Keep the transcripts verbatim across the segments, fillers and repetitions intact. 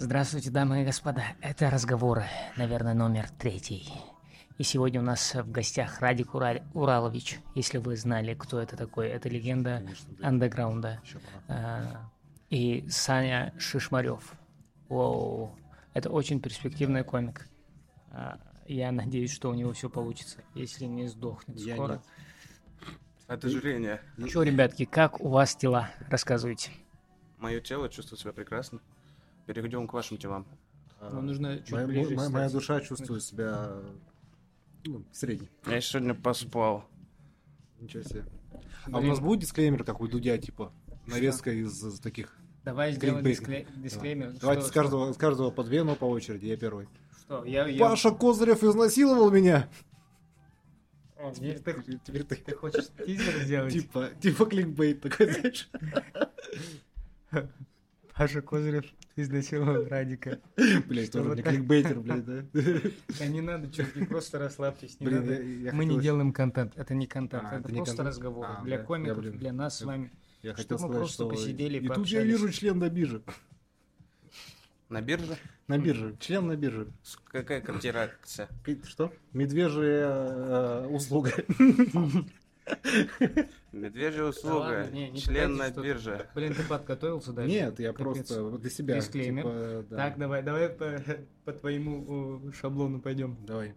Здравствуйте, дамы и господа. Это разговоры, наверное, номер третий. И сегодня у нас в гостях Радик Урал... Уралович. Если вы знали, кто это такой, это легенда Конечно, да. андеграунда. А, и Саня Шишмарев. Воу. Это очень перспективный комик. А, я надеюсь, что у него все получится, если не сдохнет я скоро. Нет. От ожирения. Что, ребятки, как у вас дела? Рассказывайте. Мое тело чувствует себя прекрасно. Перейдем к вашим телам. Но нужно чуть моя, ближе, моя, моя душа чувствует себя ну, средней. Я сегодня поспал. Ничего себе. А у нас будет дисклеймер, как у Дудя, типа, нарезка из, из таких... Давай сделаем дисклей... дисклеймер. Давай. Давайте что, с, каждого, с каждого по две, но по очереди, я первый. Что? Я, я... Паша Козырев изнасиловал меня! О, теперь, ты, теперь ты... ты хочешь тизер сделать? Типа, типа кликбейт такой, знаешь. Паша Козырев изнасиловал Радика. Блять, тоже не кликбейтер, блядь, да? Да не надо, чуваки, просто расслабьтесь. Не Блин, надо. Я, я Мы хотел... не делаем контент, это не контент, а, это, это просто разговор. А, для да, комиков, я, блин, для нас я, с вами. Я хотел сказать, просто что... посидели и И тут я вижу член на бирже. На бирже? На бирже, член на бирже. Какая контракция? Что? Медвежья э, услуга. Медвежья услуга, да ладно, не, не член на бирже. Блин, ты подготовился даже? Нет, я Капец. просто для себя. Дисклеймер. Типа, да. Так, давай, давай по, по твоему шаблону пойдем. Давай.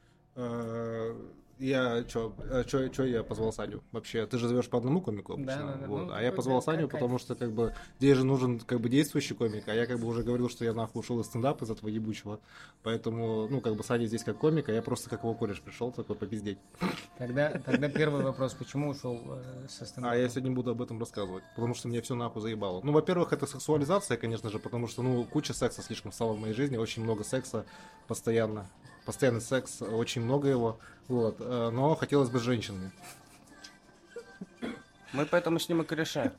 Я, чё, чё, чё я позвал Саню? Вообще, ты же зовешь по одному комику обычно, да, да, вот. Ну, а я позвал Саню, как, потому что, как бы, здесь же нужен, как бы, действующий комик, а я, как бы, уже говорил, что я, нахуй, ушел из стендапа из этого ебучего, поэтому, ну, как бы, Саня здесь как комик, а я просто как его кореш пришел, такой, попиздеть. Тогда, тогда первый вопрос, почему ушел э, со стендапа? А я сегодня буду об этом рассказывать, потому что мне все нахуй заебало. Ну, во-первых, это сексуализация, конечно же, потому что, ну, куча секса слишком стало в моей жизни, очень много секса постоянно. Постоянный секс, очень много его, вот, но хотелось бы с женщинами. Мы поэтому с ним и кореша.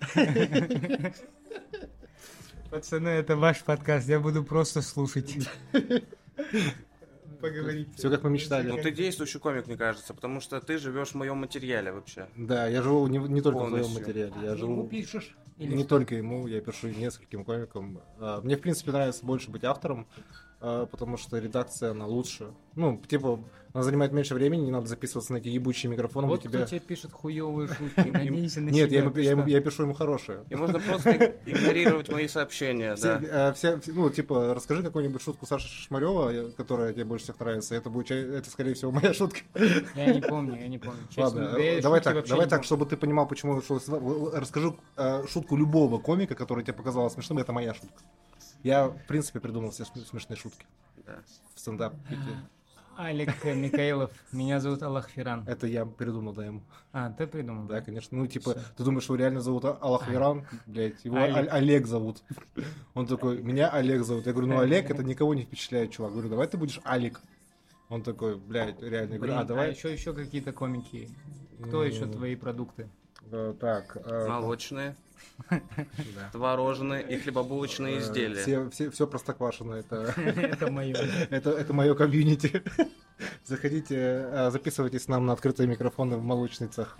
Пацаны, это ваш подкаст, я буду просто слушать. Поговорить. Все как мы мечтали. Ну ты действующий комик, мне кажется, потому что ты живешь в моем материале вообще. Да, я живу не, не только Полностью. в твоем материале. Я живу... Ему пишешь? Или не что? Только ему, я пишу нескольким комикам. Мне, в принципе, нравится больше быть автором, потому что редакция, она лучше. Ну, типа, она занимает меньше времени, не надо записываться на эти ебучие микрофоны. Вот где кто тебя... тебе пишет хуёвые шутки, надейся на Нет, себя. Нет, я, я, я пишу ему хорошие. И можно просто игнорировать мои сообщения, да. Все, ну, типа, расскажи какую-нибудь шутку Саши Шишмарева, которая тебе больше всех нравится. Это будет, это, скорее всего, моя шутка. Я не помню, я не помню. Ладно, давай так, давай так, чтобы ты понимал, почему я ушел. Расскажи шутку любого комика, который тебе показала смешным, это моя шутка. Я, в принципе, придумал все смешные шутки. Да. В стендап. Алик Микаилов, меня зовут Аллахфиран. Это я придумал, да, ему. А, ты придумал? Да, конечно. Ну, типа, Все. Ты думаешь, его реально зовут Аллахфиран? Блять, его Олег. Олег зовут. Он такой, меня Олег зовут. Я говорю, ну, Олег, это никого не впечатляет, чувак. Говорю, давай ты будешь Алик. Он такой, блядь, реально. Я говорю, а, давай. А еще, еще какие-то комики. Кто еще твои продукты? Так. Молочные. Творожные и хлебобулочные изделия. Все, все, все простоквашино. Это, это мое. это, это мое комьюнити. Заходите, записывайтесь нам на открытые микрофоны в молочный цех.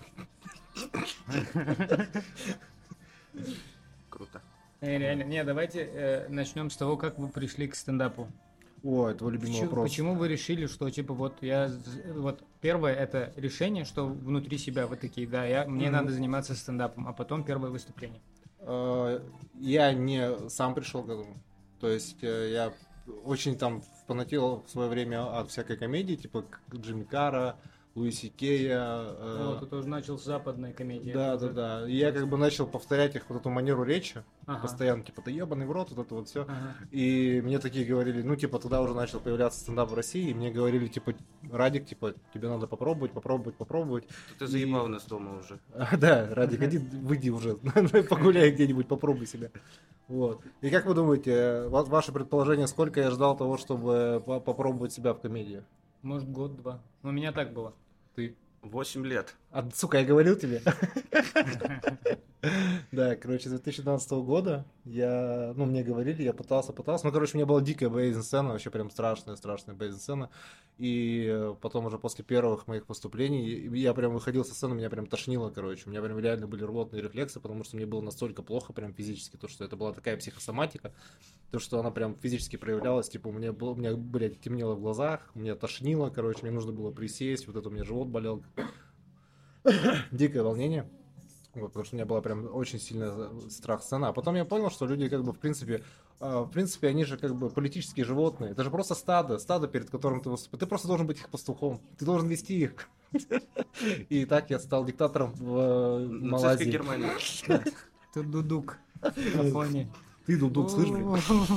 Круто. Э, реально. Не, давайте э, начнем с того, как вы пришли к стендапу. О, это твой любимый почему, вопрос. Почему вы решили, что типа вот я вот первое это решение, что внутри себя вы такие, да, я мне mm-hmm. надо заниматься стендапом, а потом первое выступление. Uh, я не сам пришел к этому. То есть uh, я очень там фанател в свое время от всякой комедии, типа Джимми Карра, Луиси Кея. О, ты тоже начал с западной комедии. Да, да, да. И я как бы начал повторять их вот эту манеру речи. Ага. Постоянно, типа, ты ебаный в рот, вот это вот все. Ага. И мне такие говорили, ну, типа, тогда уже начал появляться стендап в России, и мне говорили, типа, Радик, типа, тебе надо попробовать, попробовать, попробовать. Ты заебал нас дома уже. Да, Радик, иди, выйди уже, погуляй где-нибудь, попробуй себя. Вот. И как вы думаете, ваше предположение, сколько я ждал того, чтобы попробовать себя в комедии? Может, год-два. Но у меня так было. Ты? Восемь лет. А, сука, я говорил тебе. Да, короче, с две тысячи двенадцатого года я, ну, мне говорили, я пытался, пытался. Ну, короче, у меня была дикая боязнь-сцена, вообще прям страшная, страшная боязнь-сцена. И потом уже после первых моих выступлений я прям выходил со сцены, меня прям тошнило, короче. У меня прям реально были рвотные рефлексы, потому что мне было настолько плохо прям физически, то, что это была такая психосоматика, то, что она прям физически проявлялась, типа, у меня, было, у меня, блядь, темнело в глазах, меня тошнило, короче, мне нужно было присесть, вот это у меня живот болел. Дикое волнение. Вот, потому что у меня была прям очень сильная страх сцена. А потом я понял, что люди, как бы, в принципе, э, в принципе, они же, как бы, политические животные. Это же просто стадо, стадо, перед которым ты выступаешь. Ты просто должен быть их пастухом. Ты должен вести их. И так я стал диктатором в Малайзии. Нацистской Германии. Тут дудук на фоне. Ты дудук, слышь, блин?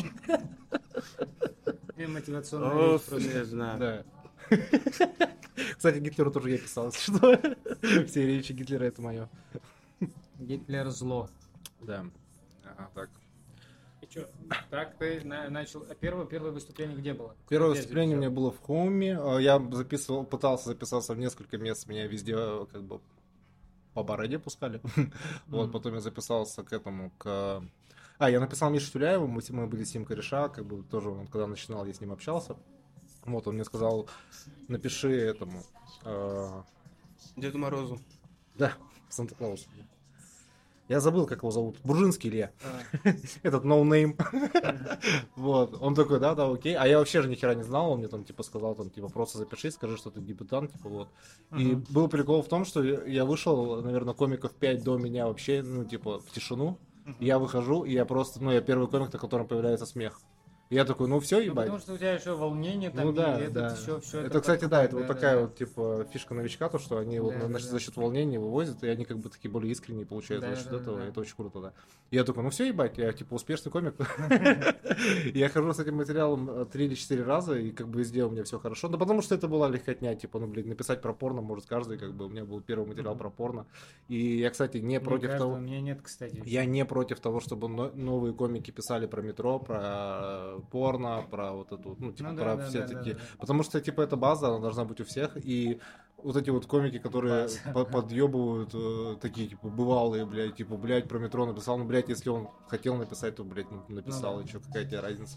Мотивационная речь просто. Не знаю. Да. Кстати, Гитлеру тоже я писал, если что. Все речи Гитлера — это мое. Гитлер зло. Да. Ага, так. И чё, так ты на- начал... А первое, первое выступление где было? Первое Где выступление у меня записал? было в Хоуме. Я записывал, пытался записаться в несколько мест, меня везде как бы по бороде пускали. Вот, потом я записался к этому, к... А, я написал Мише Тюляеву, мы, мы были с ним кореша, как бы тоже, он когда начинал, я с ним общался. Вот, он мне сказал, напиши этому... э, Деду Морозу. Да, Санта Клаус. Я забыл, как его зовут. Буржинский Илья. А. Этот ноунейм. Вот. Он такой, да, да, окей. А я вообще же ни хера не знал. Он мне там, типа, сказал, там, типа, просто запиши, скажи, что ты дебютант, типа, вот. И Мгм. был прикол в том, что я вышел, наверное, комиков пять до меня вообще, ну, типа, в тишину. Я выхожу, и я просто, ну, я первый комик, на котором появляется смех. И я такой, ну все, Ну, ебать. потому что у тебя еще волнение там, Ну и да, этот да. еще все это, кстати, да, это вот да, такая да. вот, типа, фишка новичка, то, что они вот, Да, да, значит, да. за счет волнения вывозят, и они как бы такие более искренние получаются Да, за счет да, этого, да. и это очень круто, да. И я такой, ну все, ебать, я, типа, успешный комик. Я хожу с этим материалом три или четыре раза, и как бы везде у меня все хорошо. Да потому что это была легкотня, типа, ну, блин, написать про порно может каждый, как бы, у меня был первый материал про порно. И я, кстати, не Не против каждого, того... У меня нет, кстати. Я не против того, чтобы но- новые комики писали про метро, про э, порно, про вот эту, ну, типа, Ну да, про да, все да, такие. да, да. Потому что, типа, это база, она должна быть у всех. И вот эти вот комики, которые База. по- подъебывают, э, такие, типа, бывалые, блядь, типа, блядь, про метро написал. Ну, блядь, если он хотел написать, то, блядь, ну, написал, Ну да. и что, какая тебе разница?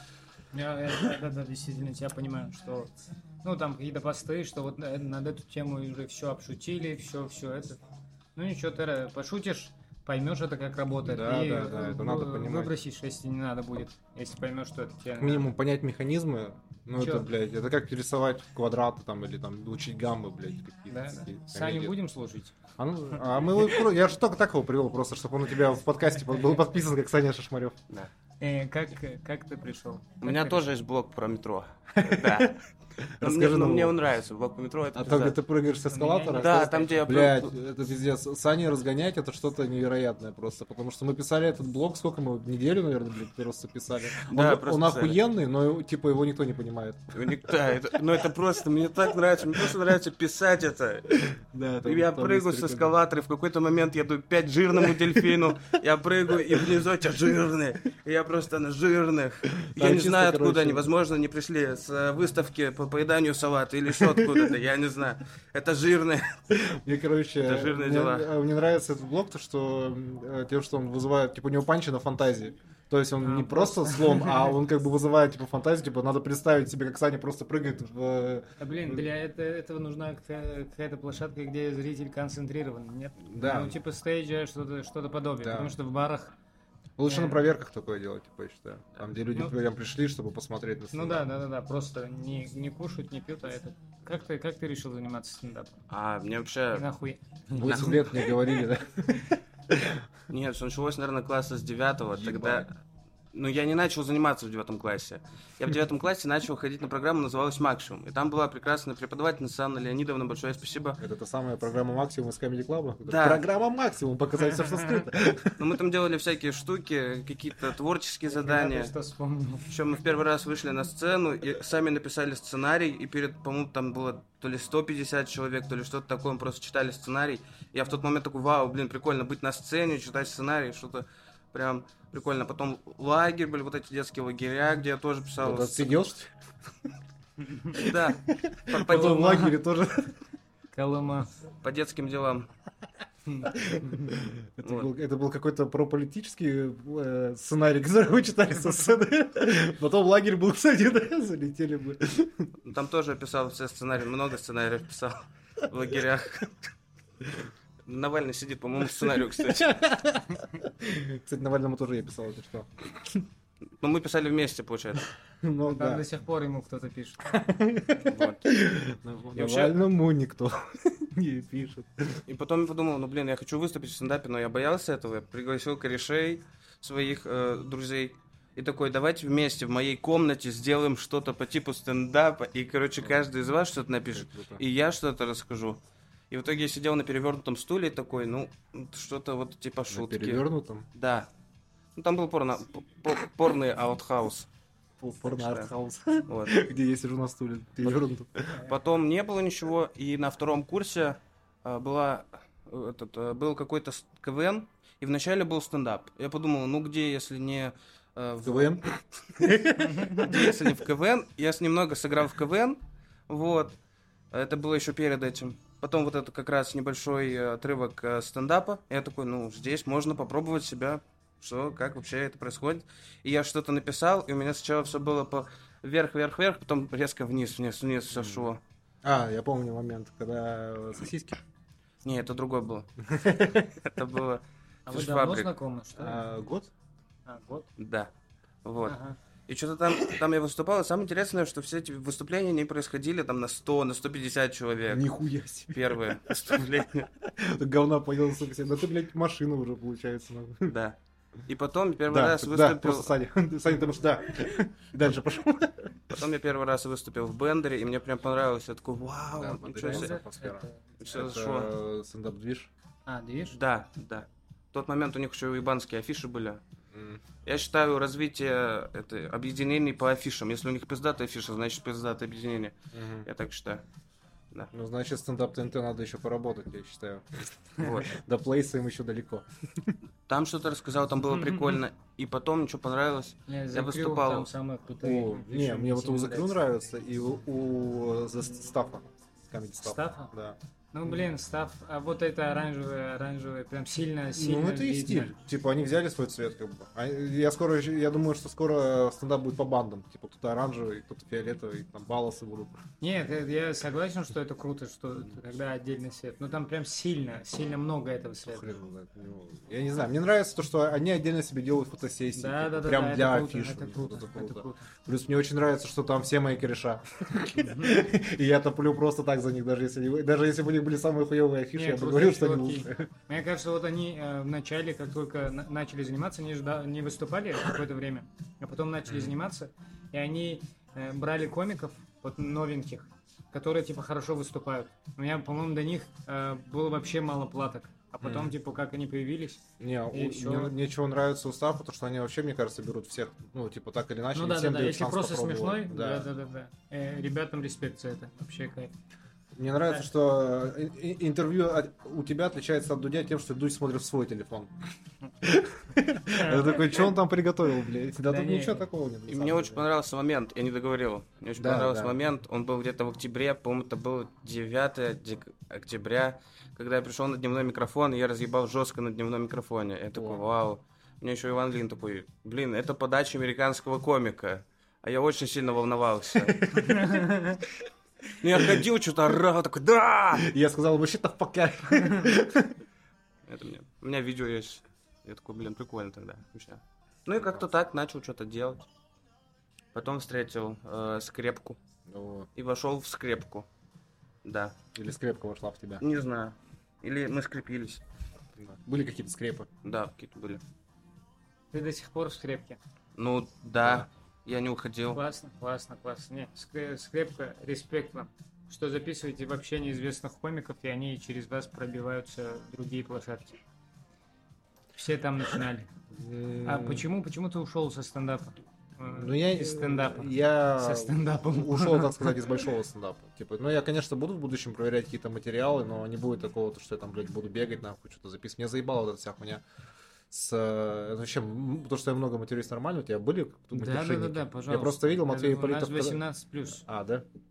Я, я- да, да, да, действительно, я понимаю, что, ну, там какие-то посты, что вот на- над эту тему уже все обшутили, все, все это. Ну, ничего, ты ра- пошутишь, поймешь это, как работает, Да, и да, да, это вы- надо понимать. выбросишь, если не надо будет, если поймешь, что это тебе Как не минимум понять механизмы, ну, Чё? это, блядь, это как рисовать квадраты там, или там учить гаммы, блядь, надо. какие-то. Да, да. такие Саню комедии. будем слушать? А, ну, а мы его, про- я же только так его привел, просто, чтобы он у тебя в подкасте был подписан, как Саня Шашмарев. Да. Э, как, как ты пришел? У меня тоже есть блог про метро. Да. Но Расскажи мне- но нам мне его. он нравится, блог по метро, это А там, где пизда. ты прыгаешь с эскалатора? Да, там, где я Блядь, прыг- это пиздец. Сани разгонять, это что-то невероятное просто. Потому что мы писали этот блог, сколько мы, неделю, наверное, блядь, просто писали. Да, Он, просто он писали. охуенный, но, типа, его никто не понимает. У них- Да, это- ну это просто, мне так нравится, мне просто нравится писать это. Да, там- Я там прыгаю есть с прикольно. эскалатора, в какой-то момент я иду пять жирному дельфину, я прыгаю, и внизу эти жирные, и я просто на жирных. Я Там не чисто, знаю, откуда короче, они, возможно, они пришли с э, выставки по поеданию салата или что откуда-то, я не знаю. Это жирные. Мне, короче, Это жирные мне, дела. э, мне нравится этот блог, то, что э, тем, что он вызывает, типа, у него панчи на фантазии. То есть он А, не просто слом, а он как бы вызывает, типа, фантазию, типа, надо представить себе, как Саня просто прыгает в... э, Да, блин, для это- этого нужна какая- какая-то площадка, где зритель концентрирован, нет? Да. Ну, типа стейджа, что-то что подобие. Да. Потому что в барах... Лучше Э. на проверках такое делать, типа, я считаю. Там, где люди Ну- прям пришли, чтобы посмотреть на Ну стендап. да, да, да, да, просто не, не кушают, не пьют, а это... Как ты, как ты решил заниматься стендапом? А, мне И вообще... нахуй? восемь лет мне говорили, да? Нет, все началось, наверное, класса с девятого. Ебать. Тогда... Ну, я не начал заниматься в девятом классе. Я в девятом классе начал ходить на программу, называлась «Максимум». И там была прекрасная преподавательница Анна Леонидовна, большое спасибо. Это та самая программа «Максимум» из Comedy Club? Да. Программа «Максимум», показать все, что скрыто. Но мы там делали всякие штуки, какие-то творческие задания. Я что вспомнил. Еще мы в первый раз вышли на сцену и сами написали сценарий, и перед, по-моему, там было то ли сто пятьдесят человек, то ли что-то такое, мы просто читали сценарий. Я в тот момент такой, вау, блин, прикольно быть на сцене, читать сценарий, что-то прям прикольно. Потом лагерь были, вот эти детские лагеря, где я тоже писал. Вот отсидел, что ли? Да, по, по Потом в де- лагере тоже. Колыма. по детским делам. Это, вот. был, это был какой-то прополитический э, сценарий, который вы читали со сцены. Потом лагерь был, кстати, да, залетели бы. Там тоже писал все сценарии, много сценариев писал в лагерях. Навальный сидит, по-моему, сценарию, кстати. Кстати, Навальному тоже я писал, это что? Ну, мы писали вместе, получается. Ну, да. До сих пор ему кто-то пишет. Вот. Навальному никто не пишет. И потом я подумал, ну, блин, я хочу выступить в стендапе, но я боялся этого. Я пригласил корешей, своих э, друзей. И такой, давайте вместе в моей комнате сделаем что-то по типу стендапа. И, короче, каждый из вас что-то напишет. И я что-то расскажу. И в итоге я сидел на перевернутом стуле и такой, ну, что-то вот типа шутки. На перевернутом? Да. Ну, там был порно, порный аутхаус. Порный аутхаус. Вот. Где я сижу на стуле, перевернутом. Потом не было ничего, и на втором курсе а, была, этот, а, был какой-то КВН, и вначале был стендап. Я подумал, ну где, если не... А, в КВН? Где, если не в КВН? Я немного сыграл в КВН, вот. Это было еще перед этим. Потом вот это как раз небольшой отрывок стендапа. Я такой, ну, здесь можно попробовать себя... Что, как вообще это происходит? И я что-то написал, и у меня сначала все было по вверх, вверх, вверх, потом резко вниз, вниз, вниз все шло. А, я помню момент, когда сосиски. Не, это другое было. Это было. А вы давно знакомы, что ли? Год? А, год? Да. Вот. И что-то там, там я выступал, и самое интересное, что все эти выступления не происходили там на сто, на сто пятьдесят человек. Нихуя себе. Первые выступления. Говна поел, сука, себе. Да ты, блядь, машина уже, получается. Да. И потом первый да, раз да, выступил... просто Саня. Саня, потому что да. Дальше пошел. Потом я первый раз выступил в Бендере, и мне прям понравилось. Я такой, вау, да, ничего себе. Все зашло. Стендап-движ? А, движ? Да, да. В тот момент у них еще уебанские афиши были. Mm. Я считаю, развитие это, объединений по афишам. Если у них пиздатая афиша, значит пиздатое объединение. Mm-hmm. Я так считаю. Да. Ну, значит, стендап ТНТ надо еще поработать, я считаю. Вот. До плейса им еще далеко. Там что-то рассказал, там было прикольно. И потом ничего понравилось. Я, я выступал. Там самые крутые. О, не, мне вот у Закрю нравится, и у, у Стафа. Стафа? Да. Ну, блин, Стаф, а вот это оранжевое, оранжевое, прям сильно, сильно Ну, это и видно. стиль. Типа, они взяли свой цвет, как бы. А я скоро, я думаю, что скоро стендап будет по бандам. Типа, кто-то оранжевый, кто-то фиолетовый, там балласы будут. Нет, я согласен, что это круто, что когда отдельный цвет. Но там прям сильно, сильно много этого цвета. Хрен знает. Я не знаю, мне нравится то, что они отдельно себе делают фотосессии. Да, типа, да, да, прям да, для это круто, афиши. это круто, это это круто. круто. Плюс мне очень нравится, что там все мои кореша. И я топлю просто так за них, даже если даже если бы у них были самые хуевые афиши, я бы говорил, что они лучше. Мне кажется, вот они э, в начале, как только на- начали заниматься, они жда- не выступали какое-то время, а потом начали заниматься, и они э, брали комиков, вот новеньких, которые, типа, хорошо выступают. У меня, по-моему, до них э, было вообще мало платок. А потом, mm. типа, как они появились. Не, у, мне, мне чего нравится у Стафа, то что они вообще, мне кажется, берут всех, ну, типа, так или иначе, ну, не да, всем да, да. дают Если шанс просто смешной, да, да, да, да, да. Э, ребятам респект за это. Вообще кайф. Мне нравится, да. что интервью у тебя отличается от Дудя тем, что Дудь смотрит в свой телефон. Я такой, что он там приготовил, блядь? Да тут ничего такого нет. И мне очень понравился момент, я не договорил. Мне очень понравился момент, он был где-то в октябре, по-моему, это было девятое октября, когда я пришел на дневной микрофон, и я разъебал жестко на дневном микрофоне. Я такой, вау. Мне еще Иван Лин такой, блин, это подача американского комика. А я очень сильно волновался. Ну, я ходил, что-то орал, такой, да! Я сказал, вообще то пока. Это мне. У меня видео есть. Я такой, блин, прикольно тогда. Ну и как-то так начал что-то делать. Потом встретил э, скрепку. О. И вошел в скрепку. Да. Или скрепка вошла в тебя? Не знаю. Или мы скрепились. Были какие-то скрепы? Да, какие-то были. Ты до сих пор в скрепке? Ну, да. да. Я не уходил. Классно, классно, классно. Не, скрепка, респект вам, что записываете вообще неизвестных комиков, и они через вас пробиваются в другие площадки. Все там начинали. А почему, почему ты ушел со стендапа? Ну, я, из стендапа. Я со стендапом. Ушел, так сказать, из большого стендапа. Типа, ну, я, конечно, буду в будущем проверять какие-то материалы, но не будет такого, что я там, блядь, буду бегать, нахуй, что-то записывать. Меня заебала вот эта вся хуйня. С, вообще, то, что я много матерюсь нормально, у тебя были да, да, да, да, пожалуйста. Я просто видел Матвея Политов. У нас восемнадцать плюс. А, да?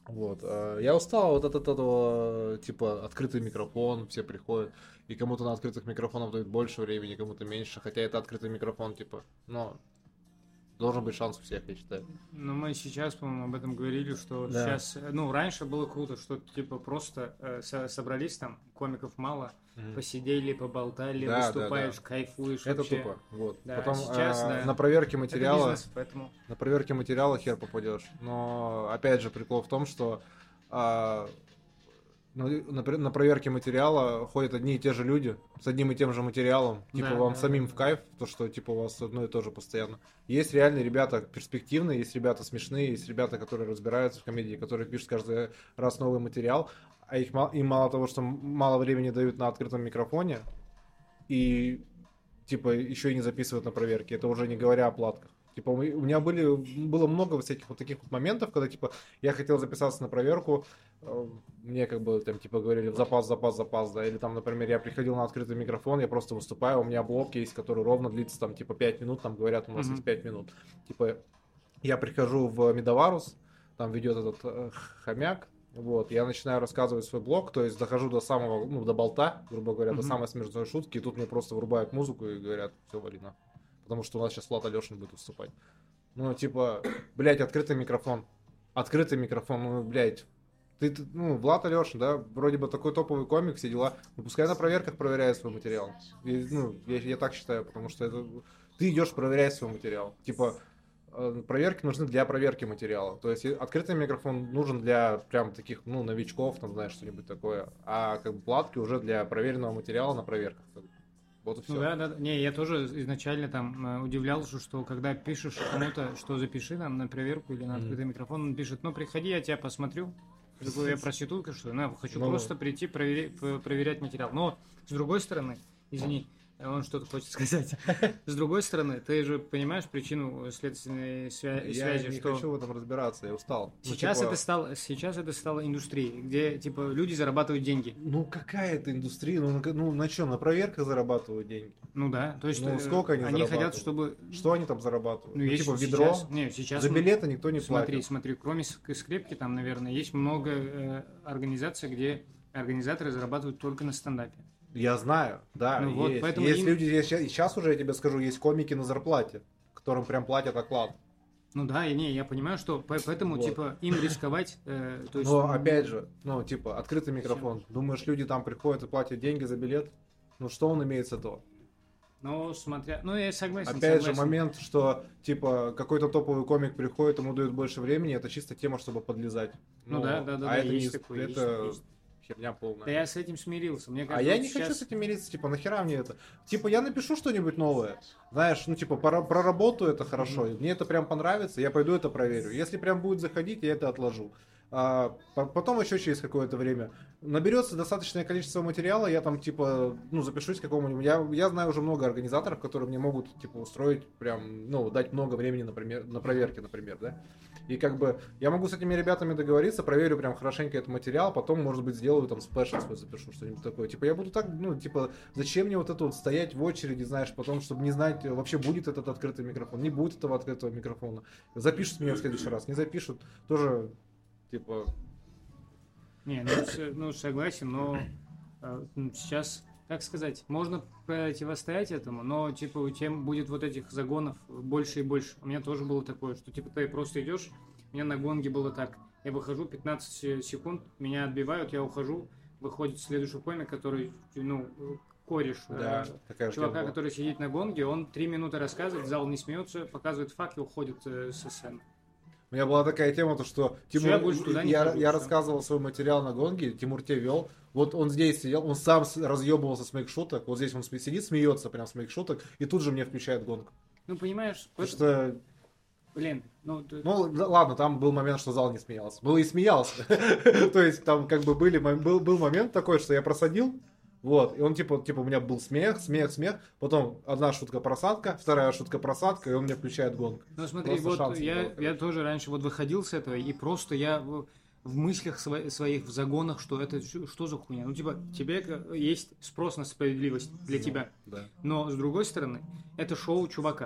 Вот. Я устал вот от этого, типа, открытый микрофон, все приходят, и кому-то на открытых микрофонах дают больше времени, кому-то меньше, хотя это открытый микрофон, типа, ну, должен быть шанс у всех, я считаю. Ну, мы сейчас, по-моему, об этом говорили, что Да. сейчас, ну, раньше было круто, что, типа, просто э, со- собрались там, комиков мало, Мгм. посидели, поболтали, Да, выступаешь, да, да. кайфуешь Это вообще. тупо, вот. Да, Потом сейчас, а, да. на проверке Это материала, бизнес, поэтому... на проверке материала хер попадешь. Но опять же прикол в том, что а, ну, на, пр- на проверке материала ходят одни и те же люди с одним и тем же материалом. Типа Да, вам да, самим да. в кайф, то что типа у вас одно и то же постоянно. Есть реальные ребята перспективные, есть ребята смешные, есть ребята, которые разбираются в комедии, которые пишут каждый раз новый материал, а их мало, им мало того, что мало времени дают на открытом микрофоне, и типа еще и не записывают на проверке. Это уже не говоря о платках. Типа у у меня были, было много вот всяких вот таких вот моментов, когда типа я хотел записаться на проверку, э, мне как бы там типа говорили в запас, запас, запас, да, или там, например, я приходил на открытый микрофон, я просто выступаю, у меня блок есть, который ровно длится там типа пять минут, там говорят, у нас Мгм. есть пять минут. Типа я прихожу в Медоварус, там ведет этот э, хомяк, вот, я начинаю рассказывать свой блог, то есть дохожу до самого, ну, до болта, грубо говоря, до Мгм. самой смешной шутки, и тут мне просто врубают музыку и говорят, все, вали нахуй. Потому что у нас сейчас Влад Алешин будет выступать. Ну, типа, блядь, открытый микрофон. Открытый микрофон, ну, блядь. Ты, ты- ну, Влад Алешин, да, вроде бы такой топовый комик, все дела. Ну, пускай на проверках проверяет свой материал. И, ну, я, я так считаю, потому что это... Ты идешь проверять свой материал. Типа, э, проверки нужны для проверки материала. То есть и открытый микрофон нужен для прям таких, ну, новичков, там, знаешь, что-нибудь такое. А как бы платки уже для проверенного материала на проверках. Вот и все. Ну да, да, да. Не, я тоже изначально там э, удивлялся, что когда пишешь кому-то, что запиши нам на проверку или на Мгм. открытый микрофон, он пишет, ну приходи, я тебя посмотрю. Я такой, я проститутка, что ли? Ну, я хочу Ну. просто прийти проверять, п- проверять материал. Но с другой стороны, извини, он что-то хочет сказать. С другой стороны, ты же понимаешь причину следственной свя- Я связи, не что хочу в этом разбираться, я устал. Ну, сейчас типа, это стало, сейчас это стало индустрией, где типа люди зарабатывают деньги. Ну какая это индустрия? Ну на, ну, на чем? На проверках зарабатывают деньги. Ну да, то есть Ну, э, сколько они хотят, зарабатывают? чтобы Что они там зарабатывают? ну, Ну, есть типа сейчас- ведро. не, сейчас За мы- билеты никто не Смотри, платит. смотри, кроме ск- скрепки, там, наверное, есть много э, организаций, где организаторы зарабатывают только на стендапе. Я знаю, да, Ну вот, есть. поэтому Есть им- люди, есть, сейчас уже я тебе скажу, есть комики на зарплате, которым прям платят оклад. Ну да, и не, я понимаю, что по- поэтому, Вот. типа, им рисковать, э, то есть... Но ну, опять же, ну типа открытый микрофон. Думаешь, люди там приходят и платят деньги за билет? Ну что он имеет с этого? Ну, смотря... Ну, я согласен, Опять же, согласен. момент, что типа какой-то топовый комик приходит, ему дают больше времени, это чисто тема, чтобы подлезать. Ну да, да, да, а да, это есть не- такое, есть, это есть. херня полная. Да я с этим смирился. Мне А кажется, я вот не сейчас... хочу с этим мириться, типа, нахера мне это? Типа, я напишу что-нибудь новое, знаешь, ну, типа, пора- проработаю это хорошо, и мне это прям понравится, я пойду это проверю. Если прям будет заходить, я это отложу. А по- потом еще через какое-то время наберется достаточное количество материала, я там, типа, ну, запишусь к какому-нибудь... Я, я знаю уже много организаторов, которые мне могут, типа, устроить прям, ну, дать много времени, например, на проверке, например, да? И как бы я могу с этими ребятами договориться, проверю прям хорошенько этот материал, потом, может быть, сделаю там спешл свой, запишу что-нибудь такое. Типа я буду так, ну, типа, зачем мне вот это вот стоять в очереди, знаешь, потом, чтобы не знать, вообще будет этот открытый микрофон, не будет этого открытого микрофона. Запишут меня в следующий раз, не запишут, тоже, типа... Не, ну, с- ну, согласен, но э, м, сейчас, как сказать, можно противостоять этому, но, типа, у тебя будет вот этих загонов больше и больше. У меня тоже было такое, что, типа, ты просто идешь, у меня на гонге было так, я выхожу пятнадцать се- секунд, меня отбивают, я ухожу, выходит следующий комик, который, ну, кореш, Да, э, такая же чувака, тема была. который сидит на гонге, он три минуты рассказывает, зал не смеется, показывает факт и уходит э, со сцены. У меня была такая тема, то что Тимур, я больше туда не я, хожу, я всё. рассказывал свой материал на гонге, Тимур те вел, вот он здесь сидел, он сам с- разъебывался с моих шуток, вот здесь он сме- сидит, смеется прям с моих шуток, и тут же мне включает гонку. Ну, понимаешь, Потому это- что, блин, ну, ты- ну л- ладно, там был момент, что зал не смеялся, был и смеялся, то есть там как бы были, мом- был, был момент такой, что я просадил, вот, и он типа, типа у меня был смех, смех, смех, потом одна шутка просадка, вторая шутка просадка, и он мне включает гонку. Ну смотри, Просто вот шансов не я, было, я короче. тоже раньше вот выходил с этого, и просто я в, в мыслях сво- своих, в загонах, что это что, что за хуйня. Ну, типа, тебе к- есть спрос на справедливость для тебя. Да. Но, с другой стороны, это шоу чувака.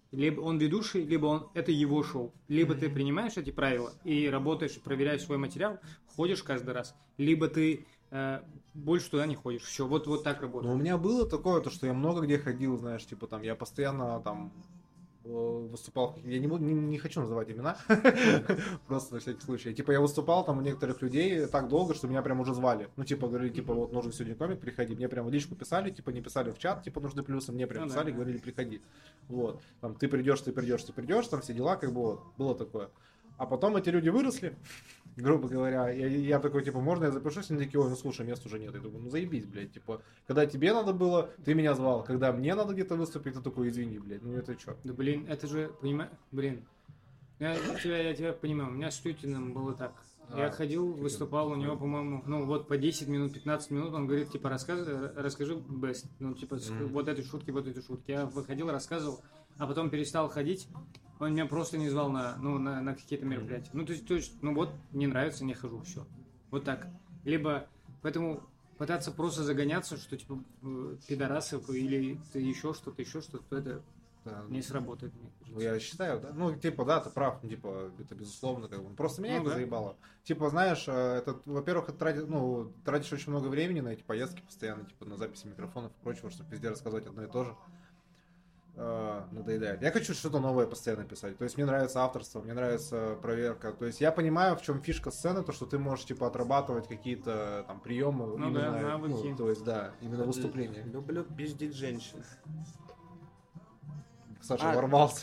Либо он ведущий, либо он это его шоу. Либо ты принимаешь эти правила и работаешь, проверяешь свой материал, ходишь каждый раз, либо ты э, больше туда не ходишь. Все, вот, вот так работает. Но у меня было такое, то, что я много где ходил, знаешь, типа там, я постоянно там выступал, я не, не, не хочу называть имена, просто на всякий случай. Типа я выступал там у некоторых людей так долго, что меня прям уже звали. Ну, типа, говорили, типа, вот нужен сегодня комик, приходи. Мне прям в личку писали, типа, не писали в чат, типа, нужны плюсы, мне прям писали, говорили, приходи. Вот. Там, ты придешь, ты придешь, ты придешь, там все дела, как бы вот, было такое. А потом эти люди выросли, грубо говоря, я, я такой, типа, можно я запишусь? Они такие, ой, ну слушай, мест уже нет. Я думаю, ну заебись, блядь, типа, когда тебе надо было, ты меня звал, когда мне надо где-то выступить, ты такой, извини, блядь, ну это что? Да блин, это же, понимаешь, блин, я тебя, я тебя понимаю, у меня с Тютиным было так. Я а, ходил, Тютин. Выступал у него, по-моему, ну вот по десять минут, пятнадцать минут, он говорит, типа, расскажи, расскажи best, ну типа, mm-hmm. вот этой шутки, вот этой шутки. Я выходил, рассказывал, а потом перестал ходить. Он меня просто не звал на, ну, на, на какие-то мероприятия. Ну, то есть, то есть, ну вот, не нравится, не хожу, все. Вот так. Либо, поэтому пытаться просто загоняться, что, типа, пидорасов или еще что-то, еще что-то, это да. не сработает, мне кажется. Ну, я считаю, да. Ну, типа, да, ты прав, ну, типа, это безусловно, как бы. Просто меня ну, это да. заебало. Типа, знаешь, это, во-первых, это тратит, ну, тратишь очень много времени на эти поездки постоянно, типа, на записи микрофонов и прочего, чтобы везде рассказывать одно и то же. Надоедает. Я хочу что-то новое постоянно писать. То есть мне нравится авторство, мне нравится проверка. То есть я понимаю, в чем фишка сцены, то что ты можешь типа отрабатывать какие-то там приемы, ну, именно, да, навыки. Ну, то есть да, именно выступления. Люблю пиздить женщин. Саша а, ворвался.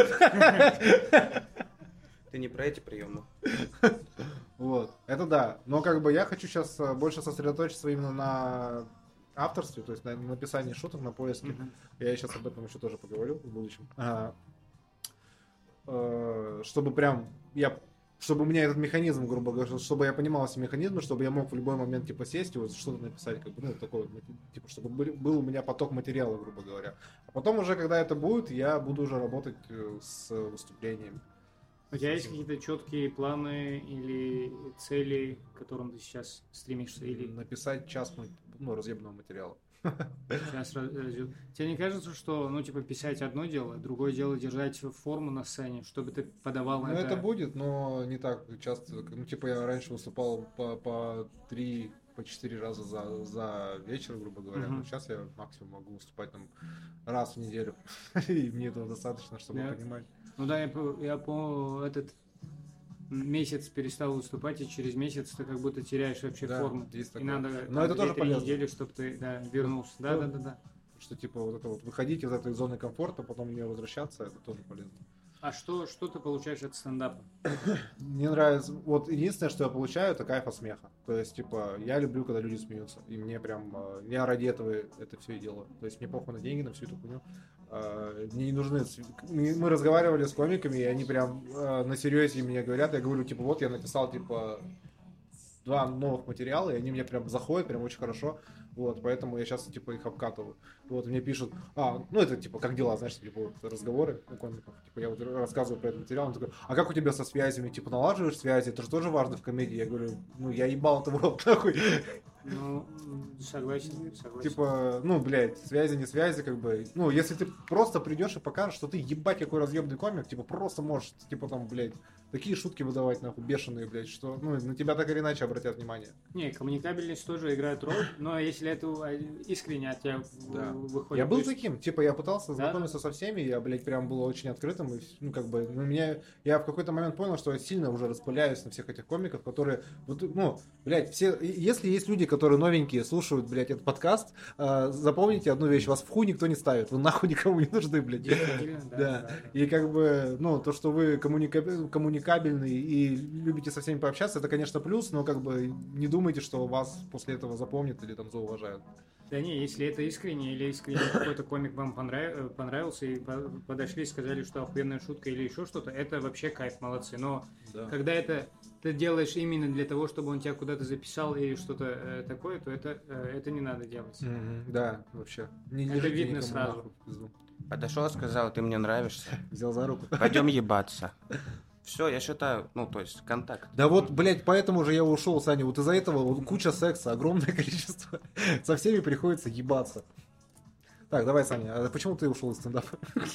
Ты не про эти приемы. Вот, это да. Но как бы я хочу сейчас больше сосредоточиться именно на авторстве, то есть на написании шуток, на поиске. Mm-hmm. Я сейчас об этом еще тоже поговорю в будущем. А, э, чтобы прям я, чтобы у меня этот механизм, грубо говоря, чтобы я понимал все механизмы, чтобы я мог в любой момент типа сесть и вот что-то написать, как бы, ну, такое, типа, чтобы был у меня поток материала, грубо говоря. А потом уже, когда это будет, я буду уже работать с выступлениями. У тебя есть какие-то четкие планы или цели, к которым ты сейчас стремишься? Или написать час ну, разъебного материала. Сейчас раз... Тебе не кажется, что, ну, типа, писать одно дело, другое дело держать форму на сцене, чтобы ты подавал ну, это? Ну, это будет, но не так часто. Ну, типа, я раньше выступал по, по три, по четыре раза за, за вечер, грубо говоря. Uh-huh. Но сейчас я максимум могу выступать там раз в неделю. И мне этого достаточно, чтобы yeah. понимать. Ну да, я, я по этот месяц перестал выступать, и через месяц ты как будто теряешь вообще да, форму. И такое. надо но это тоже полезно. недели, чтобы ты да, вернулся. Да, да, да, да. Что типа вот это вот выходить из этой зоны комфорта, потом в нее возвращаться, это тоже полезно. А что, что ты получаешь от стендапа? Мне нравится, вот единственное, что я получаю, это кайф от смеха. То есть, типа, я люблю, когда люди смеются. И мне прям, я ради этого это все и делаю. То есть, мне похуй на деньги, на всю эту хуйню. Мне не нужны... Мы разговаривали с комиками, и они прям на серьезе мне говорят. Я говорю, типа, вот я написал, типа, два новых материала, и они мне прям заходят, прям очень хорошо. Вот, поэтому я сейчас, типа, их обкатываю. Вот, мне пишут, а, ну, это, типа, как дела, знаешь, типа, вот, разговоры у комиков. Типа, я вот рассказываю про этот материал, он такой, а как у тебя со связями? Типа, налаживаешь связи? Это же тоже важно в комедии. Я говорю, ну, я ебал это в рот, нахуй. Ну, согласен, согласен. Типа, ну, блядь, связи, не связи, как бы. Ну, если ты просто придешь и покажешь, что ты ебать какой разъебный комик, типа, просто можешь, типа, там, блядь, такие шутки выдавать, нахуй, бешеные, блядь, что, ну, на тебя так или иначе обратят внимание. Не, коммуникабельность тоже играет роль, но если это искренне от тебя да. выходит... Я был есть... таким, типа, я пытался знакомиться да? со всеми, я, блядь, прям был очень открытым, и, ну, как бы, ну, меня, я в какой-то момент понял, что я сильно уже распыляюсь на всех этих комиков, которые, вот, ну, блядь, все, если есть люди, которые новенькие слушают, блядь, этот подкаст, э, запомните одну вещь, вас в хуй никто не ставит, вы нахуй никому не нужны, блядь. Да, да. да. И как бы, ну, то, что вы коммуника- коммуникабельны и любите со всеми пообщаться, это, конечно, плюс, но как бы не думайте, что вас после этого запомнят или там зауважают. Да не, если это искренне, или искренне какой-то комик вам понрав... понравился, и подошли, сказали, что охуенная шутка или еще что-то, это вообще кайф, молодцы. Но да. когда это ты делаешь именно для того, чтобы он тебя куда-то записал или что-то э, такое, то это, э, это не надо делать. Mm-hmm. Да, вообще. Не это видно сразу. Подошел, сказал, ты мне нравишься. Взял за руку. Пойдем ебаться. Все, я считаю, ну, то есть, контакт. Да вот, блядь, поэтому же я ушел, Саня. Вот из-за этого вот куча секса, огромное количество. Со всеми приходится ебаться. Так, давай, Саня, а почему ты ушел из стендапа?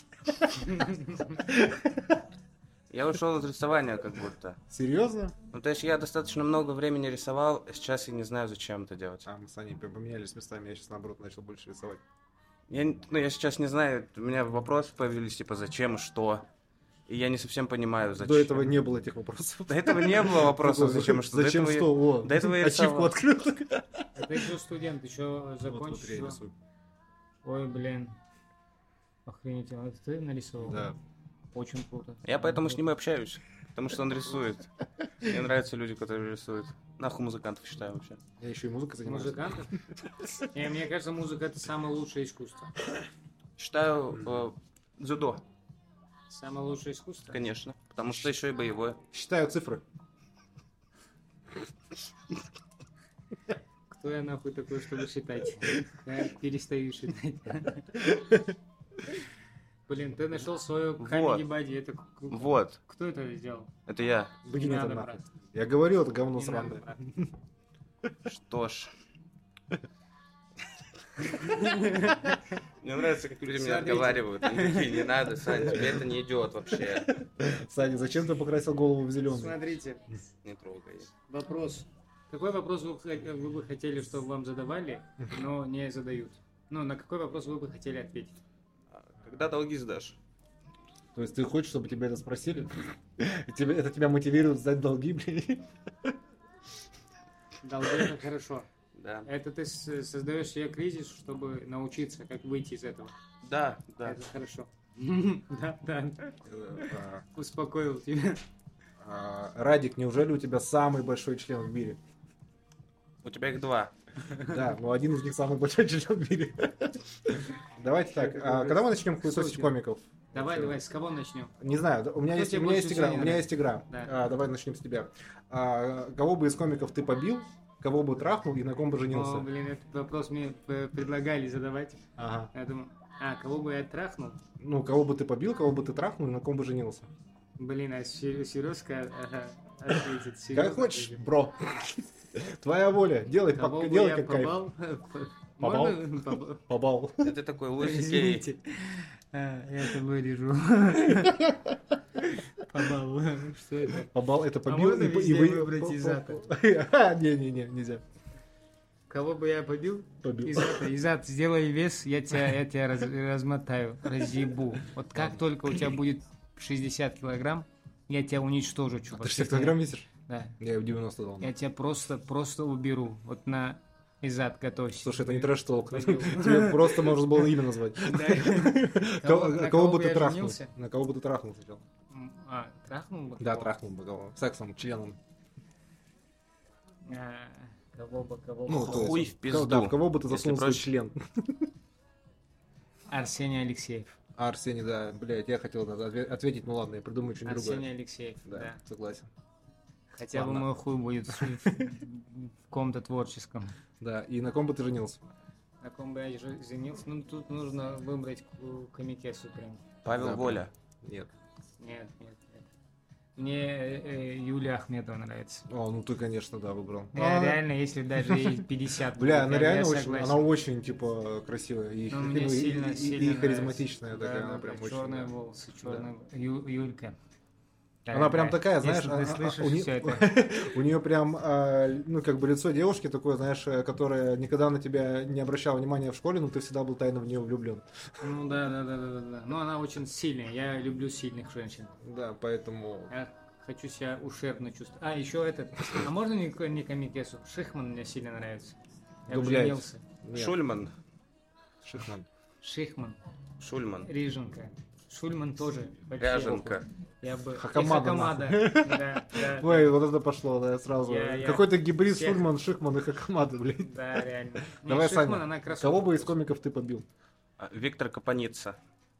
Я ушел из рисования как будто. Серьезно? Ну, то есть я достаточно много времени рисовал, сейчас я не знаю, зачем это делать. А, мы с Саней поменялись местами, я сейчас, наоборот, начал больше рисовать. Я, ну, я сейчас не знаю, у меня вопросы появились, типа, зачем, что. И я не совсем понимаю, зачем. До этого не было этих вопросов. До этого не было вопросов, зачем и что. Зачем до этого что? Я... О, До этого я ачивку рисовал. открыл. Ты еще студент, еще Вот, закончишь. смотри, я рисую. Ой, блин. Охренительно. Это ты нарисовал? Да. Очень круто. Я поэтому с ним и общаюсь, потому что он рисует. Мне нравятся люди, которые рисуют. Нахуй музыкантов считаю вообще. Я еще и музыкой занимаюсь. Музыкантов? Не, мне кажется, музыка это самое лучшее искусство. Считаю э, дзюдо, Самое лучшее искусство? конечно, потому что еще и боевое. Считаю цифры. Кто я нахуй такой, чтобы считать? Я перестаю считать. Блин, ты нашел свою Вот. камеди бади. Это к- Вот, кто это сделал? это я. Блин, Не это надо, нахуй. брат. Я говорил, это говно Не надо, сраное. брат. Что ж. Мне нравится, как люди меня Смотрите. отговаривают. Они такие, не надо, Сань, тебе это не идет вообще. Саня, зачем ты покрасил голову в зеленый? Смотрите, Не трогай. вопрос. Какой вопрос вы, хо- вы бы хотели, чтобы вам задавали, но не задают? Ну, на какой вопрос вы бы хотели ответить? А когда долги сдашь? То есть ты хочешь, чтобы тебя это спросили? И тебе- Это тебя мотивирует сдать долги, блин? Долги это хорошо. Да. Это ты с- создаешь себе кризис, чтобы научиться, как выйти из этого. Да, да. Это хорошо. Да, да. А, Успокоил тебя. а, Радик, неужели у тебя самый большой член в мире? У тебя их два. Да, но один из них самый большой член в мире. Давайте так, а когда мы начнем хуесосить Сотни. комиков? Давай, давай, с кого начнем? Не знаю, да, у меня Кто есть, тебе у меня больше есть игра, всего у не меня есть игра. Да. А, давай начнем с тебя. А, кого бы из комиков ты побил, кого бы трахнул и на ком бы О, женился? блин, этот вопрос мне п- предлагали задавать. Ага. Я думаю, а, кого бы я трахнул? Ну, кого бы ты побил, кого бы ты трахнул и на ком бы женился? Блин, а Се- Сережка ага, ответит. Как Сережка хочешь, ответит. бро. Твоя воля. Делай, Кого пок- бы делай я как кайф. побал? Побал? Можно? Побал? Побал. Это такой лысый гей. Извините. А, я это вырежу. Побал. Что это? Побал это А побил можно и, по- и везде вы... выбрать из ата? Не-не-не, нельзя. Кого бы я побил? Побил. Изат, Изат, сделай вес, я тебя, я тебя раз- размотаю, разъебу. Вот как только у тебя будет шестьдесят килограмм, я тебя уничтожу, чувак. Ты шестьдесят килограмм весишь? Да. Я в девяносто дал. Я тебя просто, просто уберу. Вот на Изат готовься. Слушай, это не трэш-толк. Побил. Тебе просто можно было имя назвать. Да. Кого Кого- на кого бы бы ты я трахнул? женился? На кого бы ты трахнул сначала? М, А, трахнул бы? Да, кого? трахнул бы кого. Сексом, членом. А, Кого бы, кого бы. Ну, то есть, Хуй в кого- пизду, Да, в кого бы ты если засунул свой проще. член? Арсений Алексеев. А, Арсений, да, блядь, я хотел да, отве- ответить, ну ладно, я придумаю что-нибудь Арсений другое. Алексеев, Да, да. согласен. Хотя бы Ладно. мой хуй будет в в ком-то творческом. Да, и на ком бы ты женился? На ком бы я же- женился? Ну, тут нужно выбрать ку- комикесу прям. Павел Да, Воля. Нет. Нет, нет, нет. Мне э, э, Юлия Ахметова нравится. О, ну ты, конечно, да, выбрал. Я А, реально, если даже ей пятьдесят Бля, будет, она я- реально я очень, согласен. она очень, типа, красивая. И, Ну, и- мне и- сильно, и- сильно и нравится. харизматичная Да, такая, да, она да, прям очень... черные да. волосы, черные. Ю- Юлька. Она прям такая, знаешь, если а- ты а- слышишь у, не- всё это. у нее прям, а, ну, как бы лицо девушки такое, знаешь, э, которая никогда на тебя не обращала внимания в школе, но ты всегда был тайно в нее влюблен. Ну да, да, да, да, да, да. Но она очень сильная. Я люблю сильных женщин. Да, поэтому... Я хочу себя ушербно чувствовать. А, еще этот. А можно не, не комикесу? Шихман мне сильно нравится. Я Да, уже блядь. женился. Нет, Шульман. Шихман. Шихман. Шульман. Риженка. Шульман тоже. вообще. Ряженка. Я бы... Хакамада, И Хакамада. Да, да, Ой, вот это пошло, да, сразу. Я- я Какой-то гибрид всех- Шульман, Шихман и Хакамада, блин. да, реально. Не, Давай, Шихман, Саня, она красотка. кого бы из комиков ты побил? А, Виктор Капаница.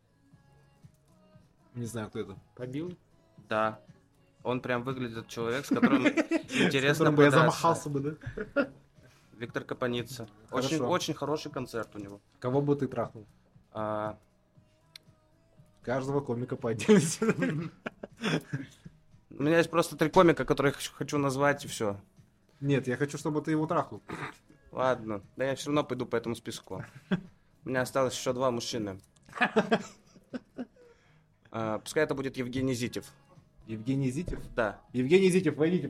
Не знаю, кто это. Побил? Да. Он прям выглядит человек, с которым интересно С которым бы я подраться. замахался бы, да? Виктор Капаница. Хорошо. Очень, очень хороший концерт у него. Кого бы ты трахнул? А, Каждого комика по отдельности. у меня есть просто три комика, которых я хочу назвать, и все. Нет, я хочу, чтобы ты его трахнул. Ладно. Да я все равно пойду по этому списку. У меня осталось еще два мужчины. А, Пускай это будет Евгений Зитев. Евгений Зитев? Да. Евгений Зитев, войдите.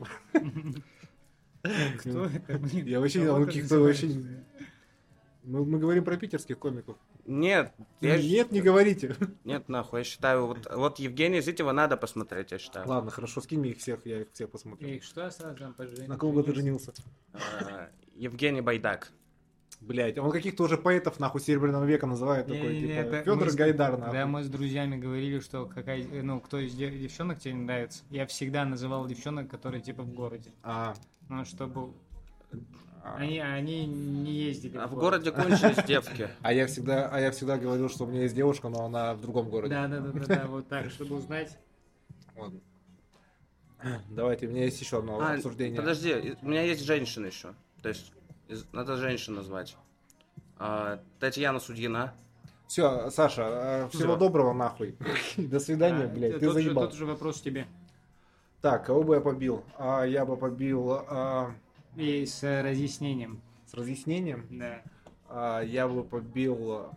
Кто это, блин? Я вообще не знаю, каких-то вообще... Мы, мы говорим про питерских комиков. Нет, я... Нет, не говорите. Нет, нахуй, я считаю, вот, вот Евгения Зитева надо посмотреть, я считаю. Ладно, хорошо, скинь мне их всех, я их всех посмотрю. Эй, что сразу там поженился? На кого ты женился? А, Евгений Байдак. Блять, он каких-то уже поэтов, нахуй, Серебряного века называет, такой, Не-не-не, типа, это Федор мы с- Гайдар, нахуй. Да, мы с друзьями говорили, что какая, ну, кто из дев- девчонок тебе не нравится. Я всегда называл девчонок, которые типа в городе. А, Ну, чтобы а, они, они не ездили А в город. городе кончились девки. а я всегда, а я всегда говорил, что у меня есть девушка, но она в другом городе. Да, да, да, да, да, вот так, чтобы узнать. Ладно. Давайте, у меня есть еще одно А, обсуждение. подожди, и- у меня есть женщина еще. То есть, из- надо женщину назвать. А, Татьяна Судьина. Все, Саша, всего Всё. доброго, нахуй. До свидания, А, блядь, ты тот же- заебал. Тот же вопрос тебе. Так, кого бы я побил? А, я бы побил а, И с э, разъяснением. с разъяснением. Да. А, я бы побил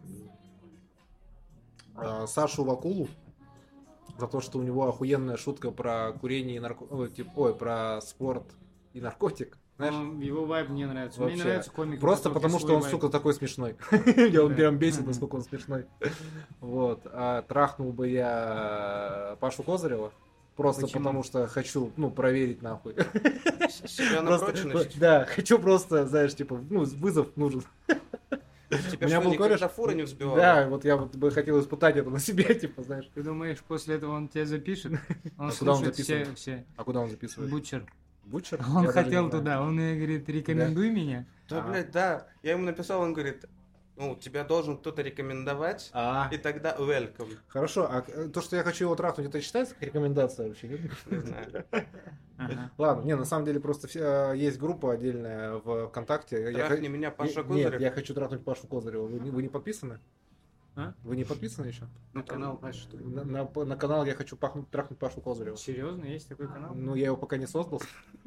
а, Сашу Вакулу за то, что у него охуенная шутка про курение и нарко... Ой, типа, ой, про спорт и наркотик. Знаешь? Ну, его вайб мне нравится. Мне Вообще. нравится комик. Просто потому, что он, сука, такой смешной. Меня он Да. прям бесит, насколько он смешной. Вот. А трахнул бы я Пашу Козырева. Просто Почему? потому, что хочу, ну, проверить, нахуй. С- Себя на Просто, прочность. да, хочу просто, знаешь, типа, ну, вызов нужен. Тебя У меня что, был никогда кореш- фура не взбивала? Да, вот я вот бы хотел испытать это на себе, типа, знаешь. Ты думаешь, после этого он тебя запишет? Он А куда он слушает все, записывает? все. А куда он записывает? Бутчер. Бутчер? Он Я даже не хотел знаю. туда, он мне говорит, рекомендуй меня. Да, А. блядь, да. Я ему написал, он говорит, ну, тебя должен кто-то рекомендовать, А, и тогда welcome. хорошо. А э, то, что я хочу его трахнуть, это считается как рекомендация вообще? Нет? Не знаю. Ага. Ладно, не, на самом деле просто все- есть группа отдельная в ВКонтакте. Я Трахни х- меня, Паша Не- Козырев. Нет, я хочу трахнуть Пашу Козырева. Вы не, вы не подписаны? А? Вы не подписаны еще? На канал Паша, что ли? На, на- на канал я хочу пахнуть, трахнуть Пашу Козырева. Серьезно, есть такой канал? Ну, я его пока не создал.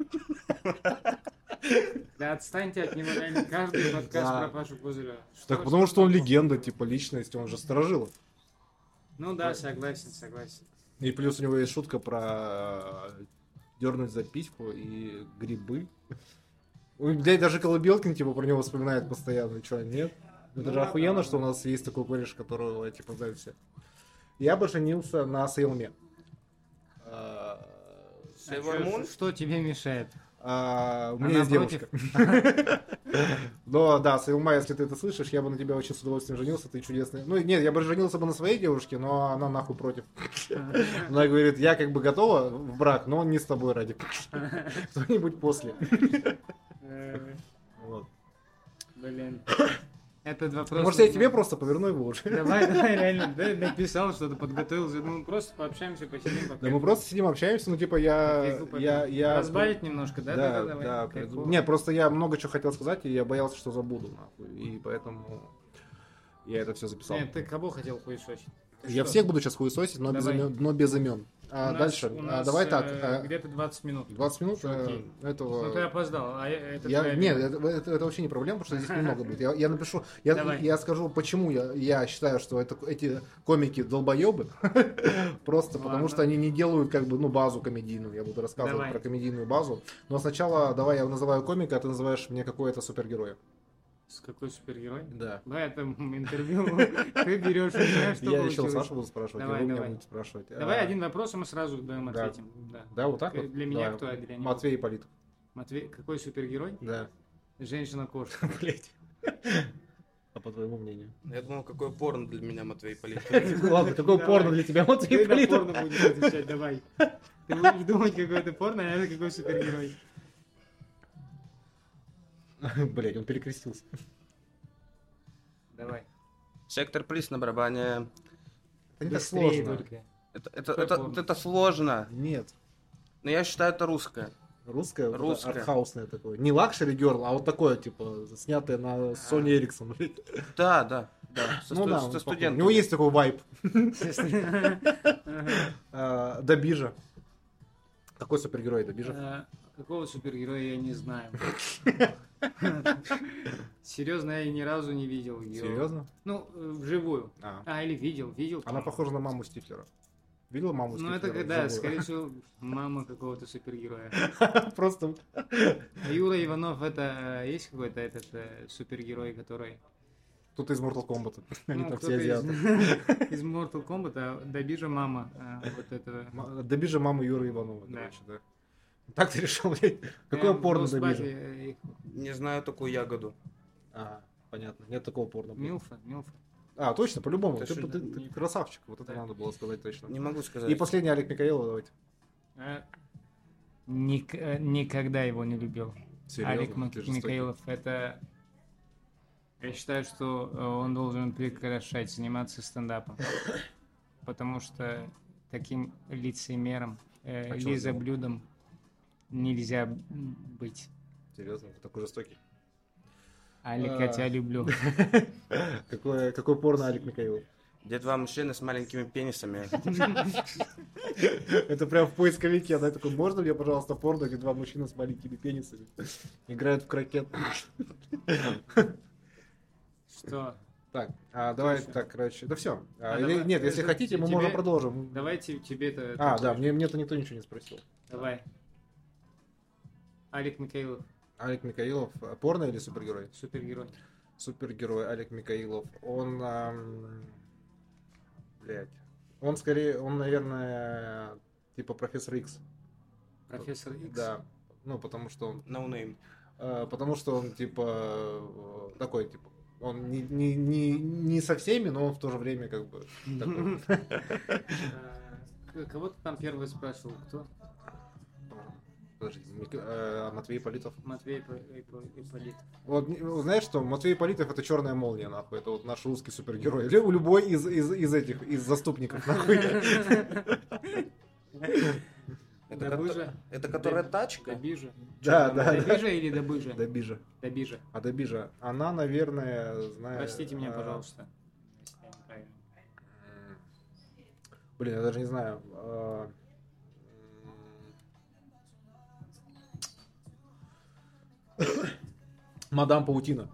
Да отстаньте от него, реально, каждый подкаст Да. про Пашу Козырева. Так потому что он легенда, типа, личность, он же сторожил. Ну да, согласен, согласен. И плюс у него есть шутка про дернуть за письку и грибы. Ой, блядь, даже Колыбелкин, типа, про него вспоминает постоянно. Че, нет? Это Ну же ладно, охуенно, ладно. что у нас есть такой кореш, которого, типа, знают все. Я бы женился на Сейлме. А, А Sailor чё- Moon? Что тебе мешает? а, у Она меня есть против? девушка. Но да, Сейлма, если ты это слышишь, я бы на тебя очень с удовольствием женился, ты чудесный. Ну, нет, я бы женился бы на своей девушке, но она нахуй против. Она говорит, я как бы готова в брак, но не с тобой ради. Кто-нибудь после. Э, Вот. Блин. Этот вопрос... Может, я нужно- тебе просто поверну его уже. Давай, давай, реально, да, написал что-то, подготовился. Ну, просто пообщаемся, посидим, пока. Да мы просто сидим, общаемся, ну типа я... Кайфу попить. я, я Разбавить немножко, да? Да, Да, да, давай. приду. Кайфово. Не, просто я много чего хотел сказать, и я боялся, что забуду, нахуй. И поэтому я это все записал. Нет, ты кого хотел хуесосить? Ты Я что? всех буду сейчас хуесосить, но без Давай. имен. Но без имен. А У нас- дальше, у а, нас, давай так, э, а, Где-то двадцать минут. двадцать минут Чуваки. э, этого... Ну, ты опоздал, а я- это Я, твоя нет, вина. это, это- это вообще не проблема, потому что здесь немного будет. Я, я напишу, я, Давай. я скажу, почему я, я считаю, что это, эти комики долбоебы. Просто потому Ладно. что они не делают как бы ну базу комедийную. Я буду рассказывать Давай. про комедийную базу. Но сначала давай я называю комика, а ты называешь мне какое-то супергероя. С какой супергерой? Да. Да, это интервью. Ты берешь у меня, что Я еще получилось. Сашу буду спрашивать, Давай, и вы меня давай. будете спрашивать. Давай А, один вопрос, и мы сразу даем Да. ответим. Да. Да, вот так Э, вот? Для меня Давай. кто, а для него? Матвей Ипполитов. Матвей, какой супергерой? Да. Женщина-кошка. Блять. А по твоему мнению? Я думал, какое порно для меня Матвей Политов. Ладно, какое Давай. порно для тебя, Матвей Ты на Ипполитов? порно будешь отвечать, давай. Ты будешь думать, какой это порно, а это какой супергерой. Блять, он перекрестился. Давай. Сектор приз на барабане. Это не так Быстрее сложно. только. Это, это, Какое это, порно? это сложно. Нет. Но я считаю, это русское. Русское, вот это Русское. артхаусное такое. Не лакшери герл, а вот такое, типа, снятое на Sony Ericsson. блядь. Да, да, да. Со, Ну сту- да, со он похож. У студентами. него есть такой вайб. Ага. А, Добижа. Какой супергерой Добижа? Какого супергероя я не знаю. Серьезно, я ни разу не видел ее. Серьезно? Ну, вживую. А, А, или видел, видел. Она похожа на маму Стифлера. Видела маму Ну, Стифлера? это когда, вживую? скорее всего, мама какого-то супергероя. Просто... А Юра Иванов, это э, есть какой-то этот э, супергерой, который... Кто-то из Mortal Kombat. Они Ну, там кто-то все из, азиаты. из Mortal Kombat, а Добижа мама э, вот этого... М- Добижа мама Юры Иванова, Да. короче, да. Так ты решил, блядь? Какое Прям порно в Росбафе, Добижа? э, их- Не знаю такую ягоду. А, понятно. Нет такого порно. блядь. Милфа, Милфа. А, точно, по-любому. Это Ты, что, ты- да? ты красавчик. Вот это Да. надо было сказать точно. Не могу сказать. И последний Олег Микаэлов, давайте. Э, ник- э, никогда его не любил. Серьезно? Олег Мак- Ты жестокий. Микаэлов, это... Я считаю, что э, он должен прекращать заниматься стендапом. Потому что таким лицемером, э, А чё он сделал? лизоблюдом нельзя м, быть. Серьезно, ты такой жестокий. Алик, А. я тебя люблю. Какое, какое порно Олег Микаэлов? Где два мужчины с маленькими пенисами. Это прям в поисковике, да, такой, можно мне, пожалуйста, порно, где два мужчины с маленькими пенисами играют в крокет? Что? Так, а давай, Слушай. так, короче, это все. А, или, давай, нет, если это хотите, мы тебе- можем продолжим. Давайте тебе-то... А, да, мне, мне-то никто ничего не спросил. Давай. Алик Микаилов, Олег Микаилов, а, порно или супергерой? супергерой. Супергерой Олег Микаилов. Он, ам, блядь, он скорее, он, наверное, типа профессор Икс. Профессор Икс. Да, ну, потому что он, No name. э, потому что он, типа, э, такой, типа, он не, не, не, не со всеми, но он в то же время, как бы, такой. А, Кого ты там первый спрашивал? Кто? Подожди, Мик- э, Матвей Политов. Матвей Ипо- Ипо- Ипполит. Вот, не- знаешь что, Матвей Политов это черная молния, нахуй. Это вот наш русский супергерой. Или любой из, из, из этих, из заступников, нахуй. Это, Добыжа? кото- это которая тачка? Добижа. Да, Чё там, да, да. Добижа или Добыжа? Добижа. Добижа. А Добижа, она, наверное, знаю... Простите меня, а, пожалуйста. если я неправильно. м, Блин, я даже не знаю. а, м, Мадам Паутина.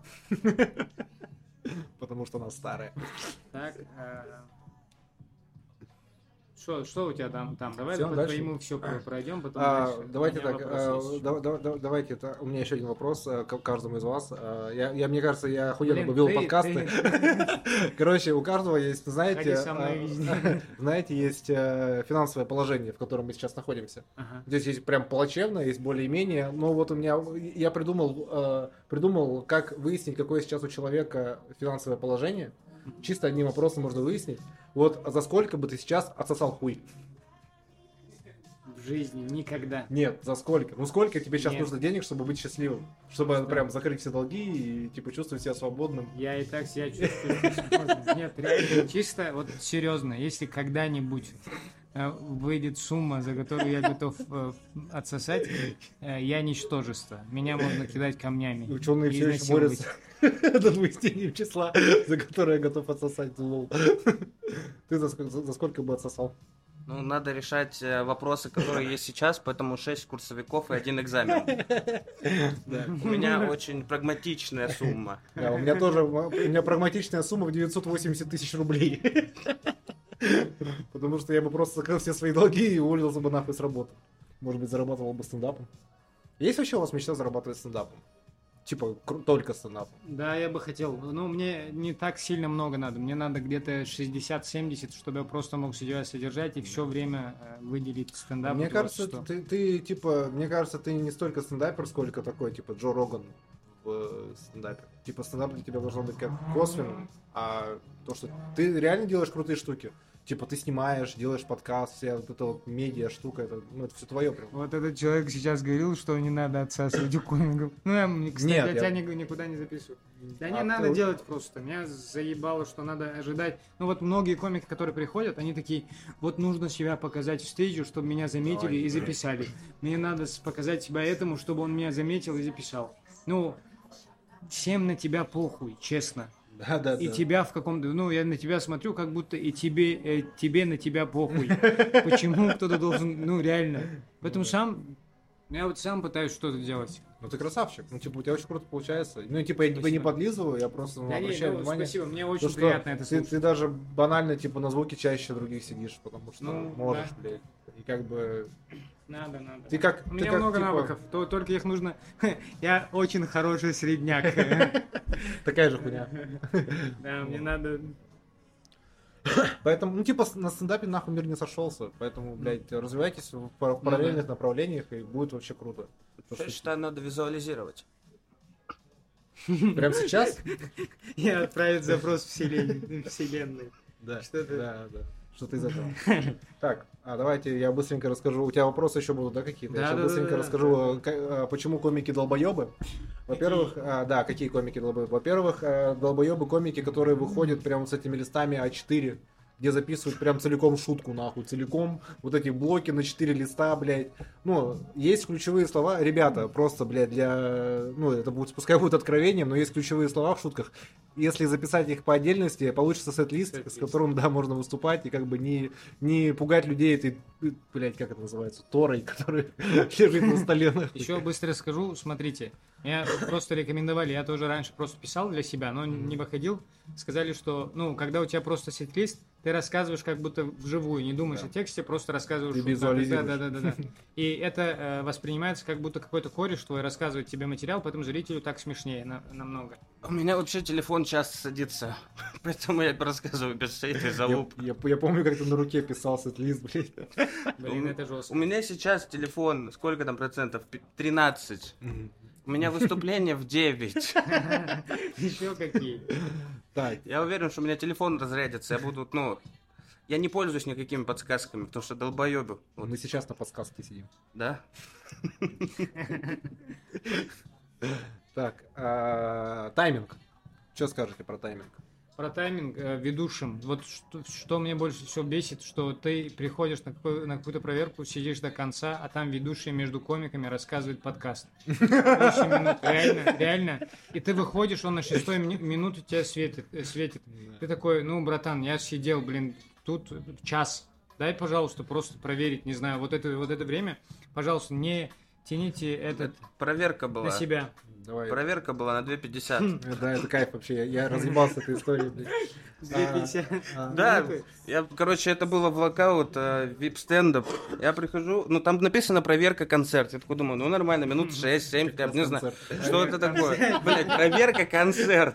Потому что она старая. Так, а, что, что у тебя там? там? Давай Всё, по дальше? твоему все пройдем, потом А, дальше. давайте У меня так, вопрос а, есть еще. да- да- да- давайте, это, у меня еще один вопрос э, к каждому из вас. А, Я, я, мне кажется, я охуенно Блин, бы вел ты- подкасты. ты- Короче, у каждого есть, знаете, Ходи со мной а, везде. знаете, есть э, финансовое положение, в котором мы сейчас находимся. Ага. Здесь есть прям плачевно, есть более-менее, но вот у меня, я придумал, э, придумал, как выяснить, какое сейчас у человека финансовое положение. Чисто одним вопросом можно выяснить. Вот за сколько бы ты сейчас отсосал хуй? В жизни никогда. Нет, за сколько? Ну сколько тебе сейчас Нет. нужно денег, чтобы быть счастливым? Чтобы Просто- прям закрыть все долги и типа чувствовать себя свободным? Я и так себя чувствую. свободно. Нет, реально, чисто, вот серьезно, если когда-нибудь э, выйдет сумма, за которую я готов э, отсосать, э, я ничтожество. Меня можно кидать камнями. Ученые и все еще изнасиловать. борются над выяснением числа, за которое я готов отсосать лол. Ты за, ск- за- за сколько бы отсосал? Ну, надо решать э, вопросы, которые есть сейчас, поэтому шесть курсовиков и один экзамен. У меня очень прагматичная сумма. Да, у меня тоже, у меня прагматичная сумма в девятьсот восемьдесят тысяч рублей. Потому что я бы просто закрыл все свои долги и уволился бы нахуй с работы. Может быть, зарабатывал бы стендапом. Есть вообще у вас мечта зарабатывать стендапом? Типа, кру- только стендапом? Да, я бы хотел. Но мне не так сильно много надо. Мне надо где-то шестьдесят-семьдесят, чтобы я просто мог себя содержать и все время э, выделить стендап. Мне вот кажется, что. ты, ты, типа, мне кажется, ты не столько стендапер, сколько такой, типа, Джо Роган в э, стендапе. Типа, стендап для тебя должно быть как косвенным, а то, что ты реально делаешь крутые штуки. Типа, ты снимаешь, делаешь подкаст, вся вот эта вот медиа штука, это, ну, это все твое прям. Вот этот человек сейчас говорил, что не надо отсасывать у комиков. Ну, я, м, кстати, Нет, я я- тебя ни- никуда не записываю. Да не А надо ты- делать просто. Меня заебало, что надо ожидать. Ну, вот многие комики, которые приходят, они такие, вот нужно себя показать в стейджу, чтобы меня заметили и записали. Мне надо с- показать себя этому, чтобы он меня заметил и записал. Ну, всем на тебя похуй, честно. Да, да, и да. тебя в каком-то... Ну, я на тебя смотрю, как будто и тебе, э, тебе на тебя похуй. Почему кто-то должен... Ну, реально. Поэтому сам... Я вот сам пытаюсь что-то делать. Ну ты красавчик, ну типа у тебя очень круто получается. Ну типа я тебя не подлизываю, я просто ну, Да не, обращаю ну, внимание. спасибо, мне очень то, что приятно это ты, слушать. ты даже банально типа на звуки чаще других сидишь, потому что Ну, можешь, да. блядь. И как бы... Надо, надо. Ты как... У ты меня как, много типа, навыков, то, только их нужно... Я очень хороший средняк. Такая же хуйня. Да, мне надо... Поэтому, ну типа на стендапе нахуй мир не сошелся, поэтому, блядь, развивайтесь в пар- параллельных направлениях и будет вообще круто. Я считаю, надо визуализировать. Прямо сейчас? И отправить запрос в вселен- вселенной. Да. Что-то- Да, да. Что-то из этого. Так, а давайте я быстренько расскажу. У тебя вопросы еще будут, да, какие-то? Я Да, сейчас да, быстренько да, да. расскажу, к- а, почему комики долбоебы. Во-первых, а, да, какие комики долбоебы. Во-первых, а, долбоебы комики, которые выходят прямо с этими листами а четыре, где записывают прям целиком шутку, нахуй, целиком, вот эти блоки на четыре листа, блядь. Ну, есть ключевые слова, ребята, просто, блядь, для, ну, это будет, пускай будет откровением, но есть ключевые слова в шутках. Если записать их по отдельности, получится сет-лист, с которым, да, можно выступать, и как бы не, не пугать людей этой, блядь, как это называется, торой, которая лежит на столе, нахуй. Еще быстро скажу, смотрите, меня просто рекомендовали, я тоже раньше просто писал для себя, но не выходил. Сказали, что, ну, когда у тебя просто сет-лист, ты рассказываешь как будто вживую, не думаешь Да. о тексте, просто рассказываешь. Ты шутку. визуализируешь. Да, да, да, да, да. И это э, воспринимается как будто какой-то кореш твой рассказывает тебе материал, поэтому зрителю так смешнее на- намного. У меня вообще телефон часто садится, поэтому я рассказываю без всей этой Я, залупы. я- я помню, как ты на руке писал сет-лист, блядь. Блин, это жестко. У меня сейчас телефон, сколько там процентов? Пи- тринадцать. У меня выступление в девять. Еще какие. Так, Я уверен, что у меня телефон разрядится. Я буду, ну... Я не пользуюсь никакими подсказками, потому что долбоебы. Вот, мы сейчас на подсказке сидим. да? Так, а, тайминг. Что скажете про тайминг? Про тайминг э, ведущим. Вот что, что мне больше всего бесит, что ты приходишь на, какой- на какую-то проверку, сидишь до конца, а там ведущий между комиками рассказывает подкаст. восемь минут. Реально, реально. И ты выходишь, он на шестой мину- минуте тебя светит, э, светит. Ты такой, ну, братан, я сидел, блин, тут час. Дай, пожалуйста, просто проверить, не знаю, вот это, вот это время, пожалуйста, не тяните этот Проверка была. на себя. Давай. Проверка была на две пятьдесят. Э, Да, это кайф вообще. Я, я разъебался этой историей, блядь. две пятьдесят. А, Да, минуты. я, короче, это было в локаут, вип-стендап. Я прихожу, ну там написано проверка концерт. Я такой думаю, ну нормально, минут шесть-семь, я не знаю, концерт. что это такое. Блять, проверка концерт.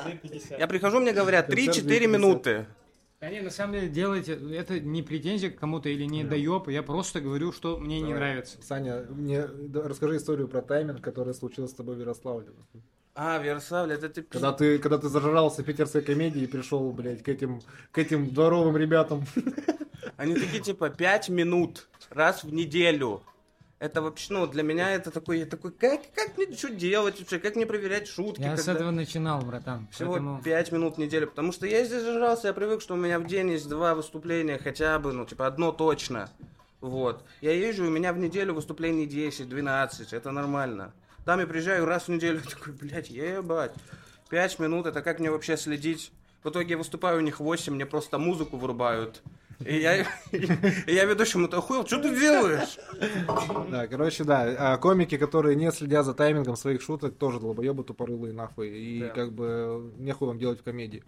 Я прихожу, мне говорят, три-четыре Концерт минуты. Да не, на самом деле делайте, это не претензия к кому-то или не доеб, я просто говорю, что мне не Давай. нравится. Саня, мне да, расскажи историю про тайминг, который случился с тобой в Ярославле. А, в Ярославле, это ты... Когда ты, когда ты зажрался питерской комедии и пришел, блядь, к этим, к этим дворовым ребятам. Они такие, типа, пять минут раз в неделю. Это вообще, ну, для меня это такой, я такой, как, как мне что делать вообще, как мне проверять шутки? Я с когда- этого начинал, братан. Всего Поэтому... пять минут в неделю, потому что я здесь зажрался, я привык, что у меня в день есть два выступления хотя бы, ну, типа, одно точно. Вот. Я езжу, у меня в неделю выступлений десять-двенадцать, это нормально. Там я приезжаю раз в неделю, такой, блядь, ебать. Пять минут, это как мне вообще следить? В итоге я выступаю у них восемь, мне просто музыку вырубают. И я, и я ведущему, ты охуел, что ты делаешь? Да, короче, да, а комики, которые не следят за таймингом своих шуток, тоже долбоебы тупорылые нахуй. И Да. как бы нехуй вам делать в комедии.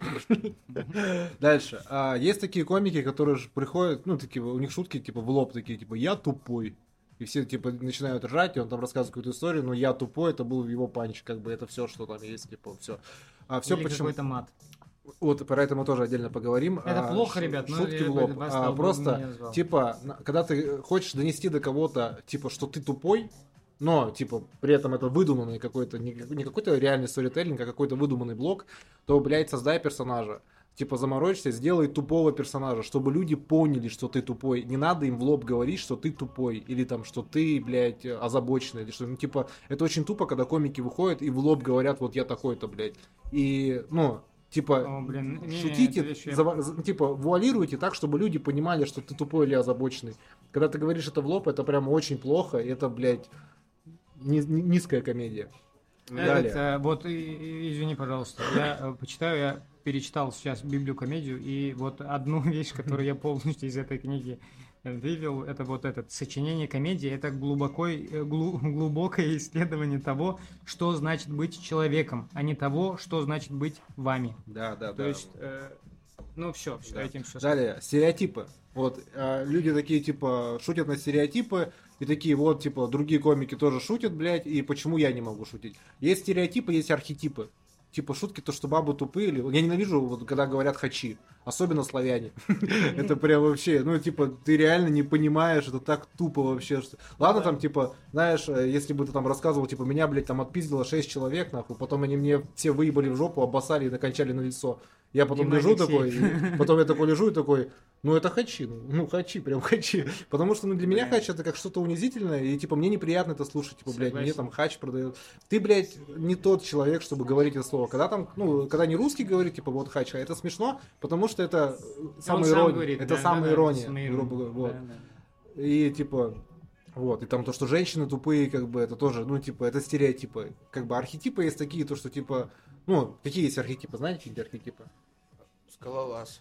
Дальше. А, есть такие комики, которые же приходят, ну, такие, у них шутки типа в лоб такие, типа, я тупой. И все типа начинают ржать, и он там рассказывает какую-то историю, но я тупой, это был его панч, как бы это все, что там есть, типа, все. А все Или почему? какой-то мат. Вот про это мы тоже отдельно поговорим. Это А, плохо, ш- ребят, но Шутки я в бы лоб. вас А, так бы не просто, назвал. типа, на- когда ты хочешь донести до кого-то, типа, что ты тупой, но, типа, при этом это выдуманный какой-то, не, не какой-то реальный сторителлинг, а какой-то выдуманный блог, то, блядь, создай персонажа. Типа, заморочься, сделай тупого персонажа, чтобы люди поняли, что ты тупой. Не надо им в лоб говорить, что ты тупой. Или там, что ты, блядь, озабоченный. Или что, ну, типа, это очень тупо, когда комики выходят и в лоб говорят, вот я такой-то, блядь. И, ну, типа, О, блин, не, шутите, это вещь я- зава- за- типа, вуалируйте так, чтобы люди понимали, что ты тупой или озабоченный. Когда ты говоришь это в лоб, это прям очень плохо, и это, блядь, ни- ни- низкая комедия. Этот, а, вот, и, извини, пожалуйста, я а, почитаю, я перечитал сейчас Библию комедию, и вот одну вещь, которую я полностью из этой книги вывел, это вот это сочинение комедии, это глубоко, глу, глубокое исследование того, что значит быть человеком, а не того, что значит быть вами. Да, да, То да. есть, э, ну все, все, да. этим все. Далее, стереотипы. Вот, э, люди такие, типа, шутят на стереотипы, и такие, вот, типа, другие комики тоже шутят, блядь, и почему я не могу шутить? Есть стереотипы, есть архетипы. Типа шутки, то, что бабы тупые. Или... Я ненавижу, вот, когда говорят хачи. Особенно славяне. Это прям вообще, ну, типа, ты реально не понимаешь, это так тупо вообще. Что... Ладно, там, типа, знаешь, если бы ты там рассказывал, типа, меня, блядь, там отпиздило шесть человек, нахуй, потом они мне все выебали в жопу, обоссали и накончали на лицо. Я потом Дима лежу Алексей. такой, и потом я такой лежу и такой, ну это хачи, ну, ну хачи, прям хачи. Потому что ну, для меня хач это как что-то унизительное, и типа мне неприятно это слушать, типа, блядь, мне там хач продают. Ты, блядь, не тот человек, чтобы говорить это слово. Когда там, ну, когда не русский говорит, типа, вот хач, а это смешно, потому что это самая сам ирония. говорит, Это да, самая да, да, ирония, самая грубо ирония, говоря. Вот. да, да. И типа. Вот, и там то, что женщины тупые, как бы, это тоже, ну, типа, это стереотипы. Как бы архетипы есть такие, то, что, типа, ну, какие есть архетипы, знаете, какие архетипы? Скалолаз.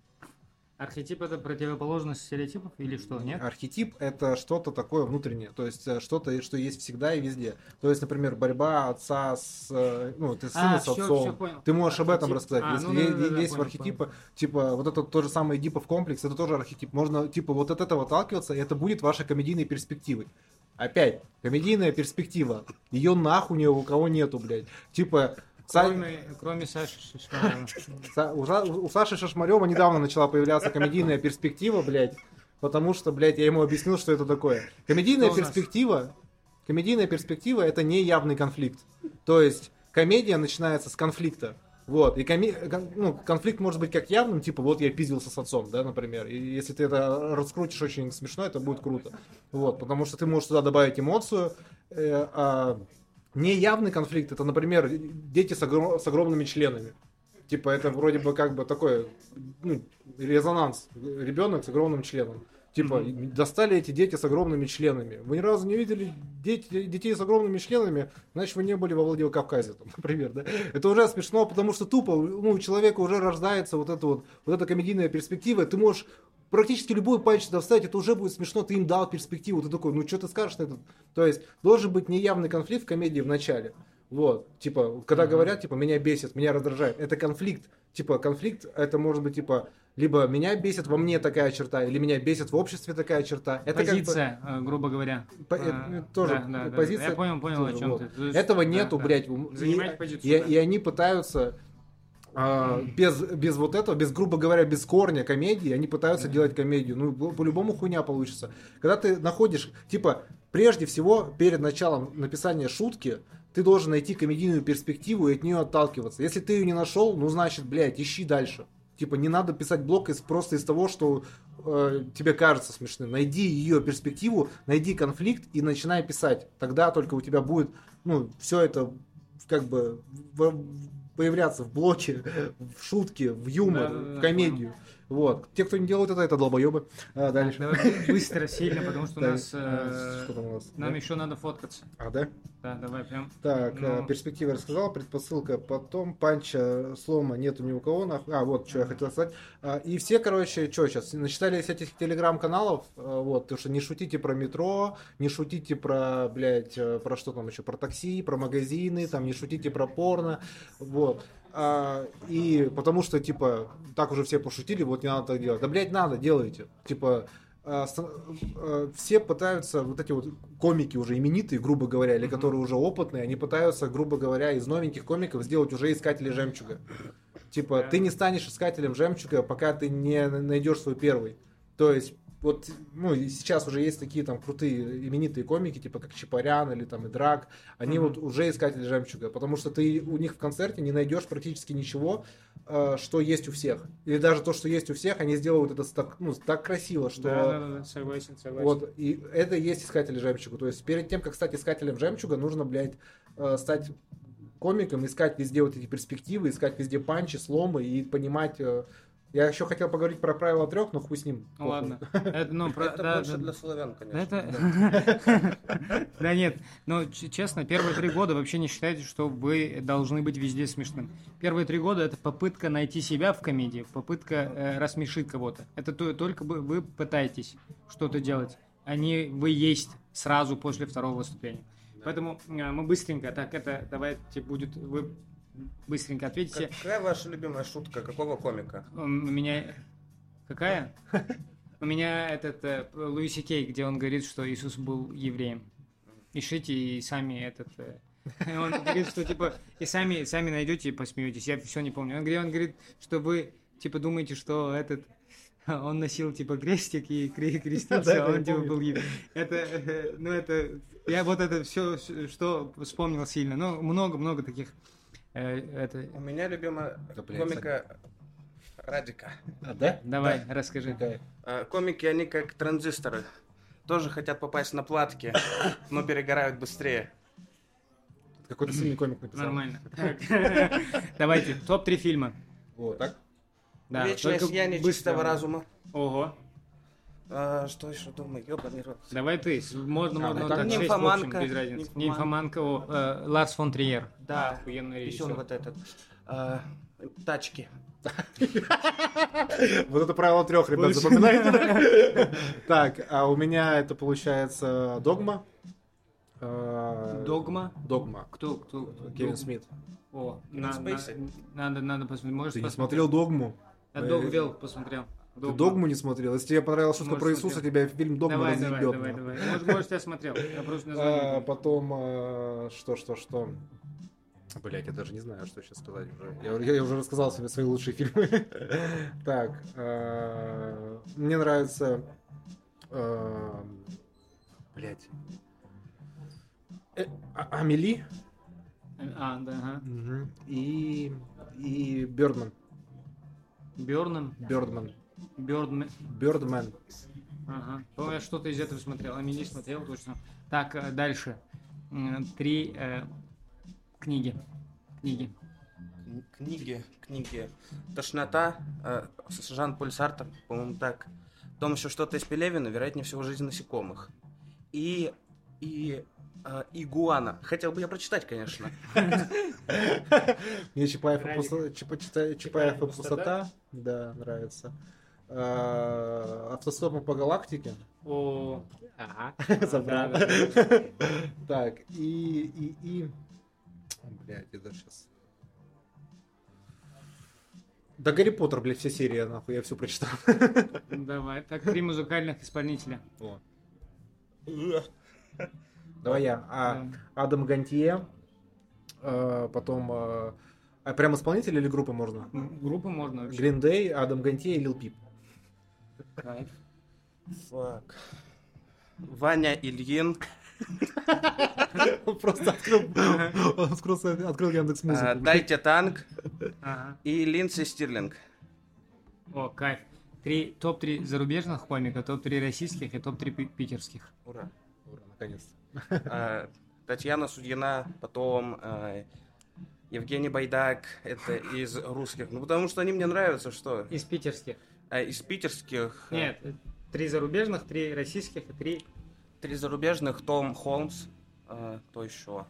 Архетип это противоположность стереотипов или что, нет? Архетип это что-то такое внутреннее, то есть э, что-то, что есть всегда и везде. То есть, например, борьба отца с, э, ну, ты сына А, с всё, отцом. всё понял. Ты можешь об этом Архетип. рассказать. А, Если ну, е- да, да, да, есть понял, архетипы, понял. типа вот это то же самое Эдипов комплекс, это тоже архетип. Можно типа вот от этого отталкиваться, и это будет вашей комедийной перспективой. Опять, комедийная перспектива. Ее нахуй ни у кого нету, блядь. Типа. Кроме, кроме Саши Шишмарова. У, у Саши Шашмарева недавно начала появляться комедийная перспектива, блядь. Потому что, блядь, я ему объяснил, что это такое. Комедийная перспектива. Комедийная перспектива это не явный конфликт. То есть комедия начинается с конфликта. Вот, и коми... ну, конфликт может быть как явным, типа, вот я пиздился с отцом, да, например. И если ты это раскрутишь очень смешно, это будет круто. Вот, потому что ты можешь туда добавить эмоцию, э, а неявный конфликт, это, например, дети с, огром... с огромными членами. Типа, это вроде бы как бы такой, ну, резонанс. Ребенок с огромным членом. Типа, mm-hmm. достали эти дети с огромными членами. Вы ни разу не видели дети, детей с огромными членами, значит, вы не были во Владикавказе, там, например, да? Это уже смешно, потому что тупо, ну, у человека уже рождается вот эта вот, вот эта комедийная перспектива, ты можешь практически любой пальчик туда вставить, это уже будет смешно, ты им дал перспективу, ты такой, ну, что ты скажешь на это? То есть, должен быть неявный конфликт в комедии в начале. Вот, типа, когда mm-hmm. говорят, типа, меня бесит, меня раздражает, это конфликт. Типа, конфликт, это может быть, типа, либо меня бесит во мне такая черта, или меня бесит в обществе такая черта. Это позиция, как бы, грубо говоря. По, а, тоже да, да, позиция. Да, я понял, понял, тоже, о чем вот. ты. Есть, Этого да, нету, да. блядь. Занимать и, позицию. и, да. и они пытаются... А, без, без вот этого, без, грубо говоря, без корня комедии, они пытаются mm-hmm. делать комедию. Ну, по-любому хуйня получится. Когда ты находишь, типа, прежде всего, перед началом написания шутки, ты должен найти комедийную перспективу и от нее отталкиваться. Если ты ее не нашел, ну, значит, блядь, ищи дальше. Типа, не надо писать блог из, просто из того, что э, тебе кажется смешным. Найди ее перспективу, найди конфликт и начинай писать. Тогда только у тебя будет, ну, все это, как бы, в, появляться в блоке, в шутке, в юмор, да, да, в комедию. Да, вот. Те, кто не делает это, это долбоебы. А, дальше. Давай быстро, сильно, потому что у да, нас, э, что там у нас нам да? еще надо фоткаться. А, да? Да, давай прям. Так, ну... перспектива рассказал, предпосылка потом, панча, слома нету ни у кого. Нахуй. А, вот, что я хотел сказать. И все, короче, что сейчас, начитались этих телеграм-каналов, вот, то что не шутите про метро, не шутите про, блядь, про что там еще, про такси, про магазины, там, не шутите про порно, вот. А, и потому что, типа, так уже все пошутили, вот не надо так делать. Да, блядь, надо, делайте. Типа, а, а, все пытаются, вот эти вот комики уже именитые, грубо говоря, или которые уже опытные, они пытаются, грубо говоря, из новеньких комиков сделать уже искателей жемчуга. Типа, ты не станешь искателем жемчуга, пока ты не найдешь свой первый. То есть, вот, ну, сейчас уже есть такие там крутые именитые комики, типа как Чапарян или там Идрак, они mm-hmm. вот уже искатели жемчуга, потому что ты у них в концерте не найдешь практически ничего, э, что есть у всех. Или даже то, что есть у всех, они сделают это так, ну, так красиво, что... Да, да, да, согласен, согласен. Вот, и это и есть искатели жемчуга. То есть перед тем, как стать искателем жемчуга, нужно, блядь, э, стать комиком, искать везде вот эти перспективы, искать везде панчи, сломы и понимать... Э, Я еще хотел поговорить про правила трех, но хуй с ним. Ну ладно. Это, ну, про- Это да, больше да. для славян, конечно. Это... Да нет, но ч- честно, первые три года вообще не считайте, что вы должны быть везде смешным. Первые три года это попытка найти себя в комедии, попытка э, рассмешить кого-то. Это то- только вы, вы пытаетесь что-то делать, а не вы есть сразу после второго выступления. Поэтому э, мы быстренько, так это, давайте будет, вы быстренько ответите. Какая ваша любимая шутка? Какого комика? У меня... Какая? У меня этот э, Луиси Кей, где он говорит, что Иисус был евреем. Ищите и сами этот... э, он говорит, что типа и сами, сами найдете и посмеетесь. Я все не помню. Он, говорит- он говорит, что вы типа думаете, что этот... Он носил типа крестик и кре- крестился, Да, а я он типа помню. был евреем. Это, э, ну это... Я вот это все, что вспомнил сильно. Ну, много-много таких... э, это... У меня любимая Да, блядь, комика Радика. А, да? Давай, расскажи. Какая? А, Комики, они как транзисторы. Тоже хотят попасть на платки, но перегорают быстрее. Какой-то сильный комик написал. Нормально. Так. Давайте, топ три фильма. О, так? Да, Вечное только сияние быстро. чистого разума. Ого. А, что еще думаю? Ёбаный рот. Давай ты. С- Можно, А, можно ну вот так, так, шесть, в «Нимфоманка», общем, без разницы. «Нимфоманка». Нимфоманка, о, э, Ларс фон Триер. Да, Охуенный еще режиссер. вот этот. а, Тачки. Вот это правило трех, ребят, Больше. запоминайте. Так, а у меня это получается Догма. Э, Догма. Догма. Кто, кто? кто? Кевин Смит. О, Кевин на- Спейси. на- надо, надо посмотреть. Можешь Ты не посмотреть? смотрел Догму? Я Догвилл посмотрел. Ты Догму не смотрел? Если тебе понравилась шутка Может, про Иисуса, смотрел. тебя фильм Догма Давай, давай, разъебет. давай, нахуй. давай. Может, может, я смотрел. Я просто название не А, помню. потом, э, что, что, что? Блять, я даже не знаю, что сейчас сказать уже. Я, я уже рассказал себе свои лучшие фильмы. Так, э, мне нравится... Блять. Амели А, да, ага. и и Бёрдман. Бёрнем. Бёрдман. Бёрдмен. Бёрдман. Ага. По-моему, я что-то из этого смотрел. А не смотрел точно. Так, э, дальше. М, Три э, книги. Книги. Н- Книги, книги. Тошнота. э, с- Жан-Поль Сартр, по-моему, так. Потом еще что-то из Пелевина, вероятнее всего, «Жизнь насекомых». И... И... э, Игуана. Хотел бы я прочитать, конечно. Мне Чапаев и Радик. пустота, Чапа- Чита- Чапаев и Пустота? пустота, да, нравится. А, Автостопом по галактике. О, ага. Забрал. Да, да, да. Так, и, и, и... Блядь, я даже сейчас... Да Гарри Поттер, блядь, все серии, нахуй, я все прочитал. Давай. Так, три музыкальных исполнителя. О. Давай я. А, Да. Адам Гантье, а, потом... а, а прям исполнитель или группы можно? М, Группу можно вообще. Green Day, Адам Гантье и Лил Пип. Кайф. Фак. Ваня Ильин. Он просто открыл, он просто открыл э, Яндекс.Музыку. Дайте танк. Ага. И Линдси Стирлинг. О, кайф. Три, топ-три зарубежных комика, топ-три российских и топ-три пи- питерских. Ура. Ура, наконец-то. Э, Татьяна Судьина, потом э, Евгений Байдак, это из русских. Ну, потому что они мне нравятся, что? Из питерских. А из питерских... э, Нет, три зарубежных, три российских и три... Три зарубежных, Том Холмс. э, Кто еще?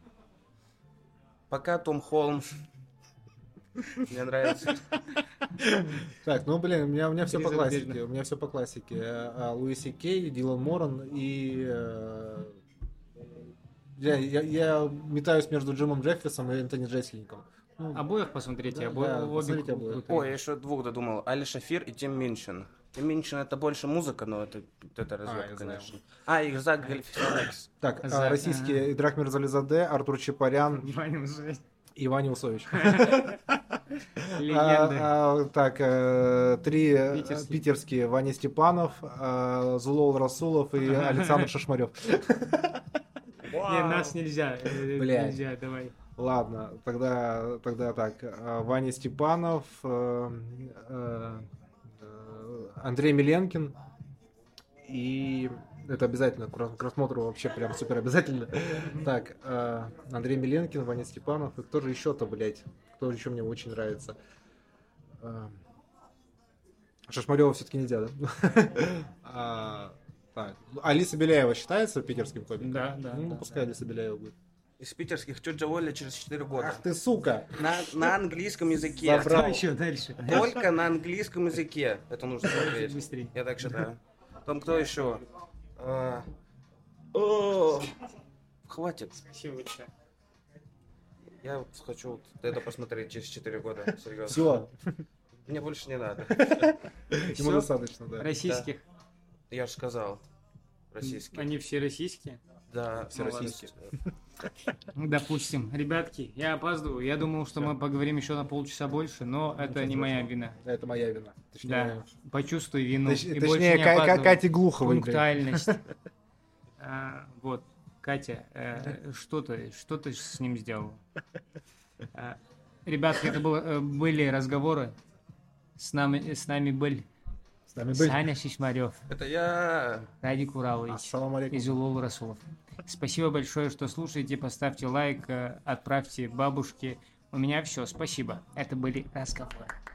Пока Том Холмс. Мне нравится. Так, ну блин, у меня, у меня все Три по классике. зарубежных. У меня все по классике. А, Луиси Кей, Дилан Моран и. э, Я, я, я метаюсь между Джимом Джеффисом и Энтони Джеслингом. Ну, Обоих посмотрите, Да, обо- да, обе посмотрите кру- обоих. крутые. Ой, я еще двух додумал. Али Шафир и Тим Минчин. Тим Минчин это больше музыка, но это, это я разведка, знаю. конечно. А, их Зак Гальфинекс. Так, а, За- российские Идрак Мирзализаде, Артур Чапарян Ваня уже и Ваня Усович. легенды. А, а, так, э, три э, Питерские. питерские. Ваня Степанов, э, Зулол Расулов и Александр Шашмарев. Не, нас нельзя. э, Блядь. Нельзя, давай. Ладно, тогда, тогда так. э, Ваня Степанов, э, э, э, Андрей Миленкин и... Это обязательно, к прос- к просмотру вообще прям супер обязательно. Так, э, Андрей Миленкин, Ваня Степанов. И кто же еще-то, блядь? Кто еще мне очень нравится? Э, Шашмарева все-таки нельзя, да? а, так. Алиса Беляева считается питерским комиком? Да, да. Ну, да, пускай да. Алиса Беляева будет. Из питерских Чуджа Воля через четыре года. Ах ты, сука! На, на английском языке. Забрал. Что еще дальше? Только на английском языке. Это нужно смотреть. Быстрее. Я так считаю. Там кто еще? А, о, Хватит. Спасибо большое. Я вот хочу вот это посмотреть через четыре года. Серьезно. Все, Мне больше не надо. ему Всё? достаточно, да. Российских. Я же сказал. Российские. Они все российские? Да, Все ну ладно. российские. Ну, допустим. Ребятки, я опаздываю. Я думал, что мы поговорим еще на полчаса больше, но это не моя вина. Это моя вина. Да, Точнее, почувствуй вину. точ- и больше точнее не Ка- Ка- опаздывай. Кате Глуховой. блин. Пунктуальность. А, Вот, Катя, э, что ты, что ты с ним сделал? А, Ребятки, это было, э, были разговоры. С нами, с нами был С нами были. Саня Шишмарев, Это я. Радик Уралович Ассаламу алейкум. и Зулул Расулов. Спасибо большое, что слушаете. Поставьте лайк, э, отправьте бабушке. У меня все. Спасибо. Это были разговоры.